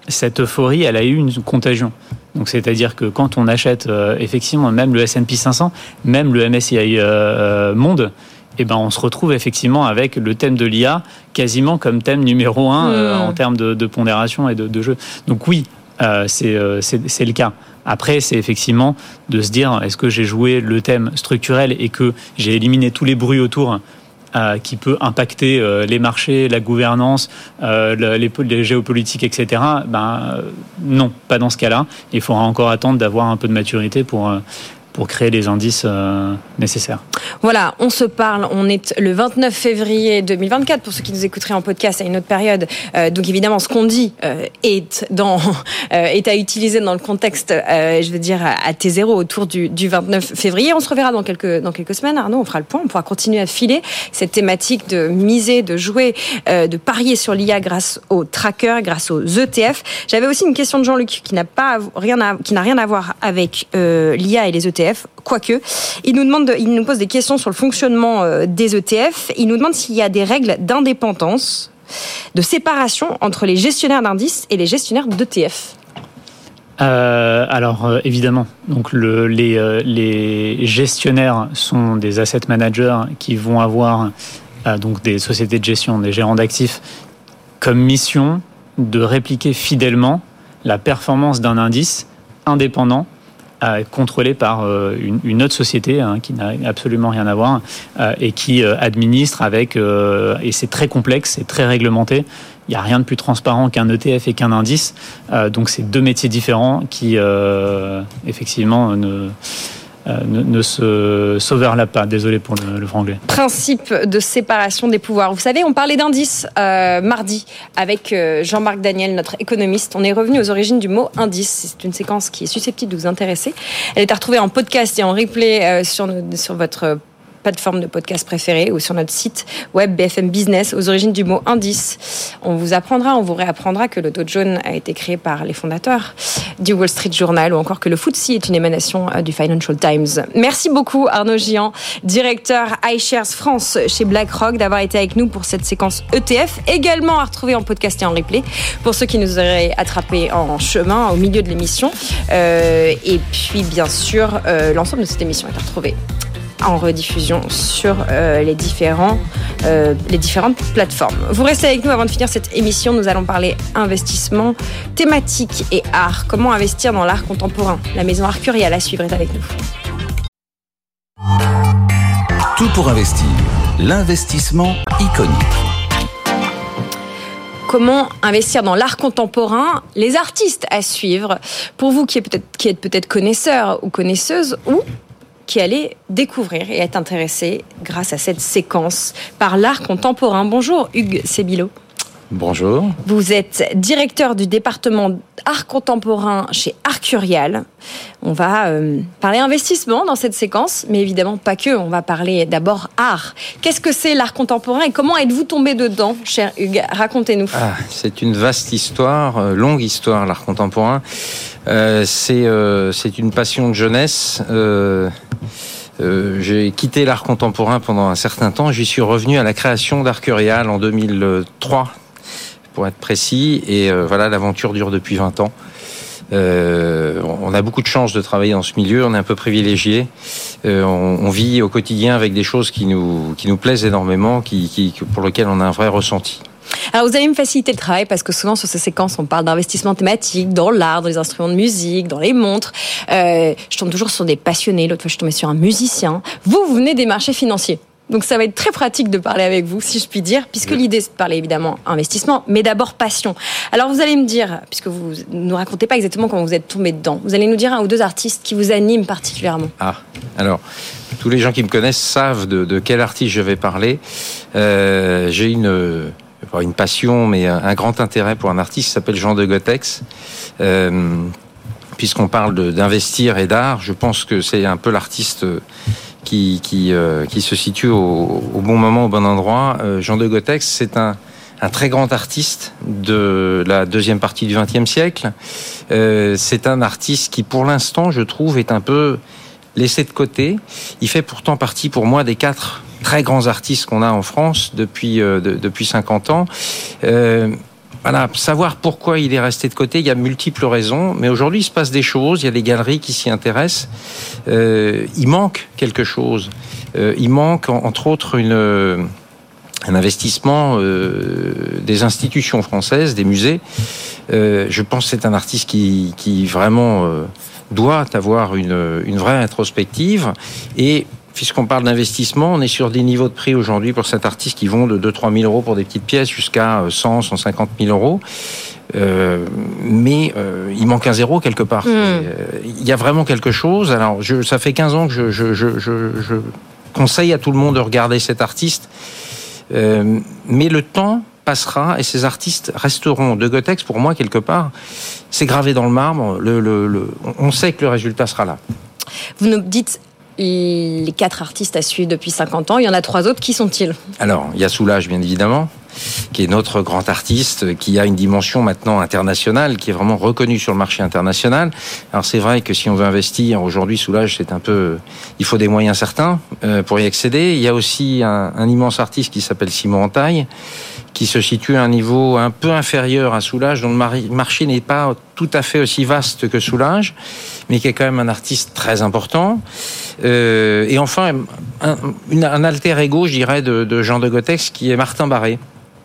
Speaker 7: cette euphorie, elle a eu une contagion. Donc, c'est-à-dire que quand on achète euh, effectivement même le S and P cinq cents, même le M S C I euh, Monde, eh ben, on se retrouve effectivement avec le thème de l'I A quasiment comme thème numéro un mmh. euh, en termes de, de pondération et de, de jeu. Donc oui, euh, c'est, euh, c'est, c'est le cas. Après, c'est effectivement de se dire, est-ce que j'ai joué le thème structurel et que j'ai éliminé tous les bruits autour euh, qui peut impacter euh, les marchés, la gouvernance, euh, les, les géopolitiques, et cetera. Ben, euh, non, pas dans ce cas-là. Il faudra encore attendre d'avoir un peu de maturité pour... Euh, pour créer les indices euh, nécessaires.
Speaker 2: Voilà, on se parle, on est le vingt-neuf février deux mille vingt-quatre, pour ceux qui nous écouteraient en podcast à une autre période. Euh, donc évidemment, ce qu'on dit euh, est, dans, euh, est à utiliser dans le contexte, euh, je veux dire, à T zéro autour du, du vingt-neuf février. On se reverra dans quelques, dans quelques semaines, Arnaud, on fera le point, on pourra continuer à filer cette thématique de miser, de jouer, euh, de parier sur l'I A grâce aux trackers, grâce aux E T F. J'avais aussi une question de Jean-Luc qui n'a, pas rien à, qui n'a rien à voir avec euh, l'I A et les E T F. Quoique, il nous demande, de, il nous pose des questions sur le fonctionnement des E T F. Il nous demande s'il y a des règles d'indépendance, de séparation entre les gestionnaires d'indices et les gestionnaires d'E T F.
Speaker 7: Euh, alors euh, évidemment, donc le, les, euh, les gestionnaires sont des asset managers qui vont avoir euh, donc des sociétés de gestion, des gérants d'actifs, comme mission de répliquer fidèlement la performance d'un indice indépendant, contrôlé par une, une autre société hein, qui n'a absolument rien à voir euh, et qui euh, administre avec, euh, et c'est très complexe, c'est très réglementé. Il n'y a rien de plus transparent qu'un E T F et qu'un indice. Euh, donc c'est deux métiers différents qui, euh, effectivement, ne... Euh, ne, ne se s'overlappe pas, désolé pour le, le franglais.
Speaker 2: Principe de séparation des pouvoirs. Vous savez, on parlait d'indice euh, mardi avec euh, Jean-Marc Daniel, notre économiste. On est revenu aux origines du mot indice. C'est une séquence qui est susceptible de vous intéresser. Elle est à retrouver en podcast et en replay euh, sur, sur votre plateforme de podcast préférée ou sur notre site web B F M Business, aux origines du mot indice. On vous apprendra, on vous réapprendra que le Dow Jones a été créé par les fondateurs du Wall Street Journal, ou encore que le F T S E est une émanation du Financial Times. Merci beaucoup Arnaud Gian, directeur iShares France chez BlackRock, d'avoir été avec nous pour cette séquence E T F, également à retrouver en podcast et en replay pour ceux qui nous auraient attrapés en chemin au milieu de l'émission. Euh, et puis bien sûr, euh, l'ensemble de cette émission est à retrouver en rediffusion sur euh, les, différents, euh, les différentes plateformes. Vous restez avec nous avant de finir cette émission. Nous allons parler investissement, thématique et art. Comment investir dans l'art contemporain? La maison Arcurial à suivre est avec nous.
Speaker 1: Tout pour investir. L'investissement iconique.
Speaker 2: Comment investir dans l'art contemporain? Les artistes à suivre. Pour vous qui êtes peut-être, qui êtes peut-être connaisseurs ou connaisseuses, ou qui allait découvrir et être intéressé grâce à cette séquence par l'art contemporain. Bonjour Hugues Sébilo.
Speaker 6: Bonjour.
Speaker 2: Vous êtes directeur du département art contemporain chez Arcurial. On va euh, parler investissement dans cette séquence, mais évidemment pas que. On va parler d'abord art. Qu'est-ce que c'est l'art contemporain et comment êtes-vous tombé dedans, cher Hugues? Racontez-nous.
Speaker 6: Ah, c'est une vaste histoire, euh, longue histoire, l'art contemporain. Euh, c'est, euh, c'est une passion de jeunesse. Euh, euh, j'ai quitté l'art contemporain pendant un certain temps. J'y suis revenu à la création d'Arcurial en deux mille trois, pour être précis. Et euh, voilà, l'aventure dure depuis vingt ans. Euh, on a beaucoup de chance de travailler dans ce milieu, on est un peu privilégié. Euh, on, on vit au quotidien avec des choses qui nous, qui nous plaisent énormément, qui, qui, pour lesquelles on a un vrai ressenti.
Speaker 2: Alors vous allez me faciliter le travail parce que souvent sur ces séquences on parle d'investissement thématique dans l'art, dans les instruments de musique, dans les montres. Euh, je tombe toujours sur des passionnés. L'autre fois je suis tombée sur un musicien. Vous, vous venez des marchés financiers. Donc ça va être très pratique de parler avec vous, si je puis dire, puisque oui. L'idée c'est de parler évidemment investissement, mais d'abord passion. Alors vous allez me dire, puisque vous ne nous racontez pas exactement comment vous êtes tombé dedans, vous allez nous dire un ou deux artistes qui vous animent particulièrement.
Speaker 6: Ah, alors, tous les gens qui me connaissent savent de, de quel artiste je vais parler. Euh, j'ai une... Pas une passion, mais un grand intérêt pour un artiste qui s'appelle Jean de Gotex. Euh, puisqu'on parle de, d'investir et d'art, je pense que c'est un peu l'artiste qui, qui, euh, qui se situe au, au bon moment, au bon endroit. Euh, Jean de Gotex, c'est un, un très grand artiste de la deuxième partie du vingtième siècle. Euh, c'est un artiste qui, pour l'instant, je trouve, est un peu laissé de côté. Il fait pourtant partie, pour moi, des quatre très grands artistes qu'on a en France depuis, euh, de, depuis cinquante ans. Euh,
Speaker 8: voilà, savoir pourquoi il est resté de côté, il y a multiples raisons, mais aujourd'hui il se passe des choses, il y a des galeries qui s'y intéressent, euh, il manque quelque chose, euh, il manque entre autres une, un investissement euh, des institutions françaises, des musées, euh, je pense que c'est un artiste qui, qui vraiment euh, doit avoir une, une vraie rétrospective, et puisqu'on parle d'investissement, on est sur des niveaux de prix aujourd'hui pour cet artiste qui vont de deux à trois mille euros pour des petites pièces jusqu'à cent, cent cinquante mille euros. Euh, mais euh, il manque un zéro quelque part. Il mmh. euh, y a vraiment quelque chose. Alors, je, ça fait quinze ans que je, je, je, je, je conseille à tout le monde de regarder cet artiste. Euh, mais le temps passera et ces artistes resteront. De Gotex, pour moi, quelque part, c'est gravé dans le marbre. Le, le, le, on sait que le résultat sera là.
Speaker 2: Vous nous dites les quatre artistes à suivre depuis cinquante ans. Il y en a trois autres. Qui sont-ils ?
Speaker 8: Alors, il y a Soulage, bien évidemment, qui est notre grand artiste, qui a une dimension maintenant internationale, qui est vraiment reconnu sur le marché international. Alors, c'est vrai que si on veut investir, aujourd'hui, Soulage, c'est un peu... Il faut des moyens certains euh, pour y accéder. Il y a aussi un, un immense artiste qui s'appelle Simon Entaille, qui se situe à un niveau un peu inférieur à Soulage, dont le marché n'est pas tout à fait aussi vaste que Soulage, mais qui est quand même un artiste très important. Euh, et enfin, un, une, un alter ego, je dirais, de, de Jean de Gotex, qui est Martin Barré,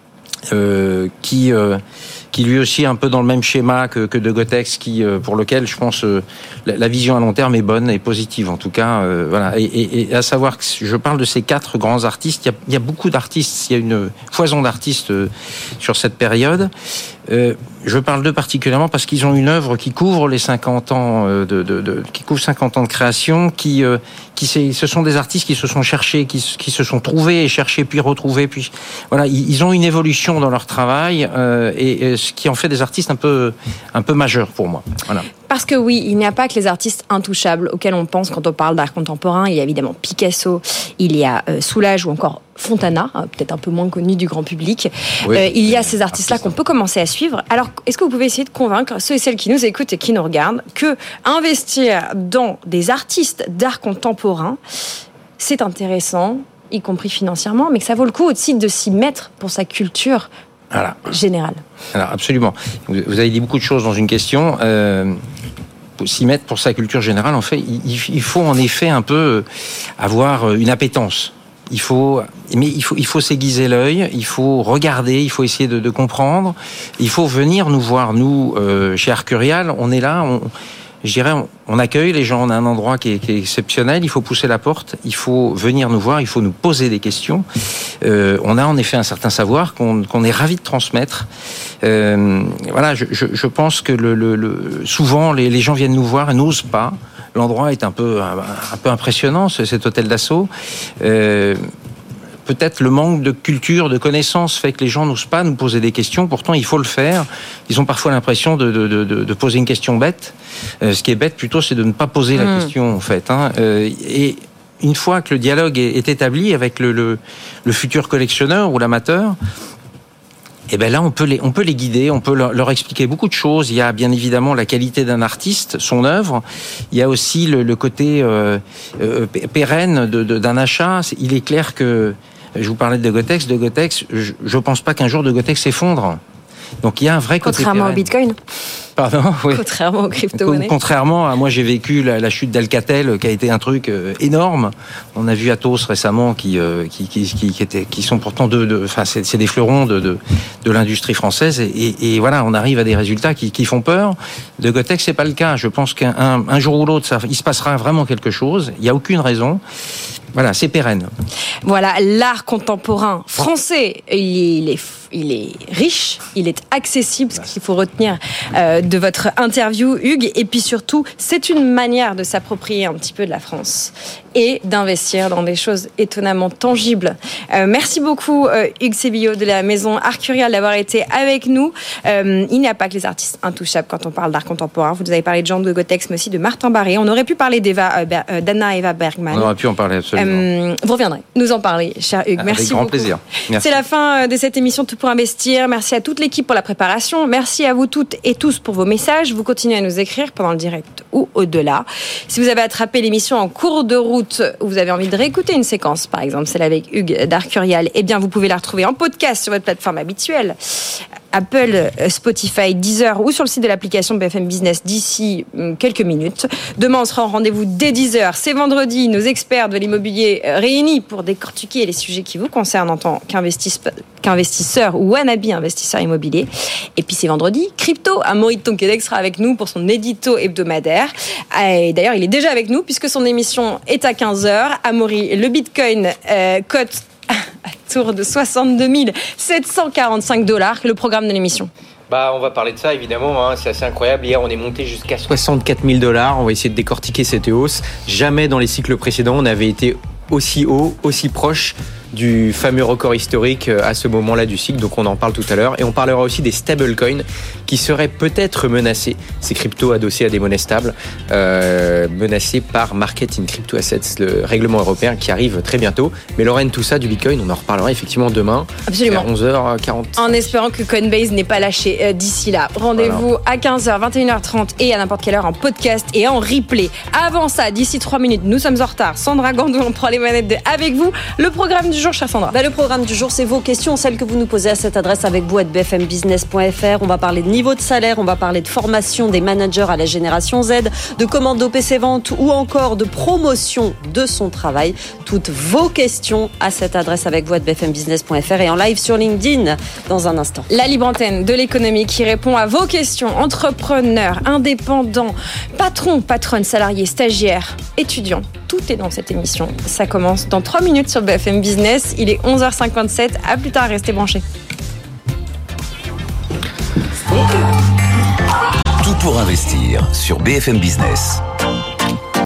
Speaker 8: euh, qui... Euh, qui lui aussi est un peu dans le même schéma que, que de Gotex, qui, euh, pour lequel je pense euh, la, la vision à long terme est bonne et positive en tout cas. Euh, voilà. Et, et, et à savoir que je parle de ces quatre grands artistes, il y a, il y a beaucoup d'artistes, il y a une foison d'artistes euh, sur cette période. Euh, je parle d'eux particulièrement parce qu'ils ont une œuvre qui couvre les cinquante ans de, de, de qui couvre cinquante ans de création, qui euh, qui ce sont des artistes qui se sont cherchés, qui, qui se sont trouvés et cherchés puis retrouvés, puis voilà, ils, ils ont une évolution dans leur travail euh, et, et ce qui en fait des artistes un peu un peu majeurs pour moi. Voilà.
Speaker 2: Parce que oui, il n'y a pas que les artistes intouchables auxquels on pense quand on parle d'art contemporain. Il y a évidemment Picasso, il y a euh, Soulage ou encore Fontana, hein, peut-être un peu moins connu du grand public. Oui, euh, il y a ces artistes-là qu'on peut commencer à suivre. Alors, est-ce que vous pouvez essayer de convaincre ceux et celles qui nous écoutent et qui nous regardent que investir dans des artistes d'art contemporain, c'est intéressant, y compris financièrement, mais que ça vaut le coup aussi de s'y mettre pour sa culture voilà. générale.
Speaker 8: Alors, absolument. Vous avez dit beaucoup de choses dans une question. Euh... s'y mettre pour sa culture générale, en fait, il faut en effet un peu avoir une appétence. Il faut, mais il faut, il faut s'aiguiser l'œil, il faut regarder, il faut essayer de, de comprendre. Il faut venir nous voir, nous, euh, chez Arcurial, on est là, on, je dirais, on, on accueille les gens, on a un endroit qui est, qui est exceptionnel, il faut pousser la porte, il faut venir nous voir, il faut nous poser des questions. Euh, on a en effet un certain savoir qu'on, qu'on est ravi de transmettre. Euh, voilà, je, je, je pense que le, le, le, souvent les, les gens viennent nous voir et n'osent pas. L'endroit est un peu, un, un peu impressionnant, cet hôtel d'assaut. Euh, peut-être le manque de culture, de connaissances fait que les gens n'osent pas nous poser des questions. Pourtant, il faut le faire. Ils ont parfois l'impression de, de, de, de poser une question bête. Euh, ce qui est bête, plutôt, c'est de ne pas poser mmh. la question, en fait. Hein. Euh, et une fois que le dialogue est, est établi avec le, le, le futur collectionneur ou l'amateur, et ben là, on peut les, on peut les guider, on peut leur, leur expliquer beaucoup de choses. Il y a bien évidemment la qualité d'un artiste, son œuvre. Il y a aussi le, le côté euh, euh, pérenne de, de, d'un achat. Il est clair que, je vous parlais de Gotex, de Gotex, je, je pense pas qu'un jour de Gotex s'effondre. Donc il y a un vrai côté pérenne.
Speaker 2: Contrairement au Bitcoin.
Speaker 8: Pardon, oui.
Speaker 2: Contrairement aux crypto-monnaies.
Speaker 8: Contrairement à moi, j'ai vécu la, la chute d'Alcatel, qui a été un truc euh, énorme. On a vu Atos récemment, qui euh, qui, qui qui qui étaient, qui sont pourtant de, de enfin c'est, c'est des fleurons de de, de l'industrie française. Et, et, et voilà, on arrive à des résultats qui, qui font peur. De Gotex, c'est pas le cas. Je pense qu'un un, un jour ou l'autre, ça, il se passera vraiment quelque chose. Il y a aucune raison. Voilà, c'est pérenne.
Speaker 2: Voilà, l'art contemporain français, il est, il est riche, il est accessible, ce qu'il faut retenir euh, de votre interview, Hugues. Et puis surtout, c'est une manière de s'approprier un petit peu de la France et d'investir dans des choses étonnamment tangibles. Euh, merci beaucoup, euh, Hugues Sébillo de la maison Arcurial d'avoir été avec nous. Euh, il n'y a pas que les artistes intouchables quand on parle d'art contemporain. Vous nous avez parlé de Jean de Gotex, mais aussi de Martin Barré. On aurait pu parler d'Eva, euh, euh, d'Anna Eva Bergman.
Speaker 8: On aurait pu en parler absolument.
Speaker 2: Euh, vous reviendrez nous en parler, cher Hugues. Merci
Speaker 8: Avec grand
Speaker 2: beaucoup.
Speaker 8: plaisir. Merci.
Speaker 2: C'est la fin de cette émission Tout pour investir. Merci à toute l'équipe pour la préparation. Merci à vous toutes et tous pour vos messages. Vous continuez à nous écrire pendant le direct ou au-delà. Si vous avez attrapé l'émission en cours de route ou vous avez envie de réécouter une séquence, par exemple celle avec Hugues d'Arcurial, eh bien vous pouvez la retrouver en podcast sur votre plateforme habituelle. Apple, Spotify, Deezer ou sur le site de l'application B F M Business d'ici quelques minutes. Demain, on sera en rendez-vous dès dix heures. C'est vendredi. Nos experts de l'immobilier réunis pour décortiquer les sujets qui vous concernent en tant qu'investisseur ou wannabe investisseur immobilier. Et puis, c'est vendredi. Crypto. Amaury de Tonquédec sera avec nous pour son édito hebdomadaire. Et d'ailleurs, il est déjà avec nous puisque son émission est à quinze heures. Amaury, le Bitcoin euh, cote à tour de soixante-deux mille sept cent quarante-cinq dollars, le programme de l'émission.
Speaker 8: Bah, on va parler de ça évidemment, hein. C'est assez incroyable. Hier, on est monté jusqu'à soixante-quatre mille dollars. On va essayer de décortiquer cette hausse. Jamais dans les cycles précédents, on avait été aussi haut, aussi proche du fameux record historique à ce moment-là du cycle. Donc on en parle tout à l'heure. Et on parlera aussi des stablecoins qui seraient peut-être menacés. Ces cryptos adossés à des monnaies stables, euh, menacés par Market in Crypto Assets, le règlement européen qui arrive très bientôt. Mais Lorraine, tout ça du Bitcoin, on en reparlera effectivement demain.
Speaker 2: Absolument.
Speaker 8: À onze heures quarante.
Speaker 2: En espérant que Coinbase n'ait pas lâché euh, d'ici là. Rendez-vous voilà. À quinze heures, vingt et une heures trente et à n'importe quelle heure en podcast et en replay. Avant ça, d'ici trois minutes, nous sommes en retard. Sandra Gandou, on prend les manettes de Avec vous. Le programme du jour, chère Sandra.
Speaker 9: Bah, le programme du jour, c'est vos questions, celles que vous nous posez à cette adresse avec vous, arobase b f m business point f r. On va parler de niveau de salaire, on va parler de formation des managers à la génération Z, de commando P C vente ou encore de promotion de son travail. Toutes vos questions à cette adresse avec vous, arobase b f m business point f r et en live sur LinkedIn dans un instant.
Speaker 2: La libre antenne de l'économie qui répond à vos questions. Entrepreneurs, indépendants, patrons, patronnes, salariés, stagiaires, étudiants. Tout est dans cette émission. Ça commence dans trois minutes sur B F M Business. Il est onze heures cinquante-sept. À plus tard, restez branchés.
Speaker 1: Tout pour investir sur B F M Business.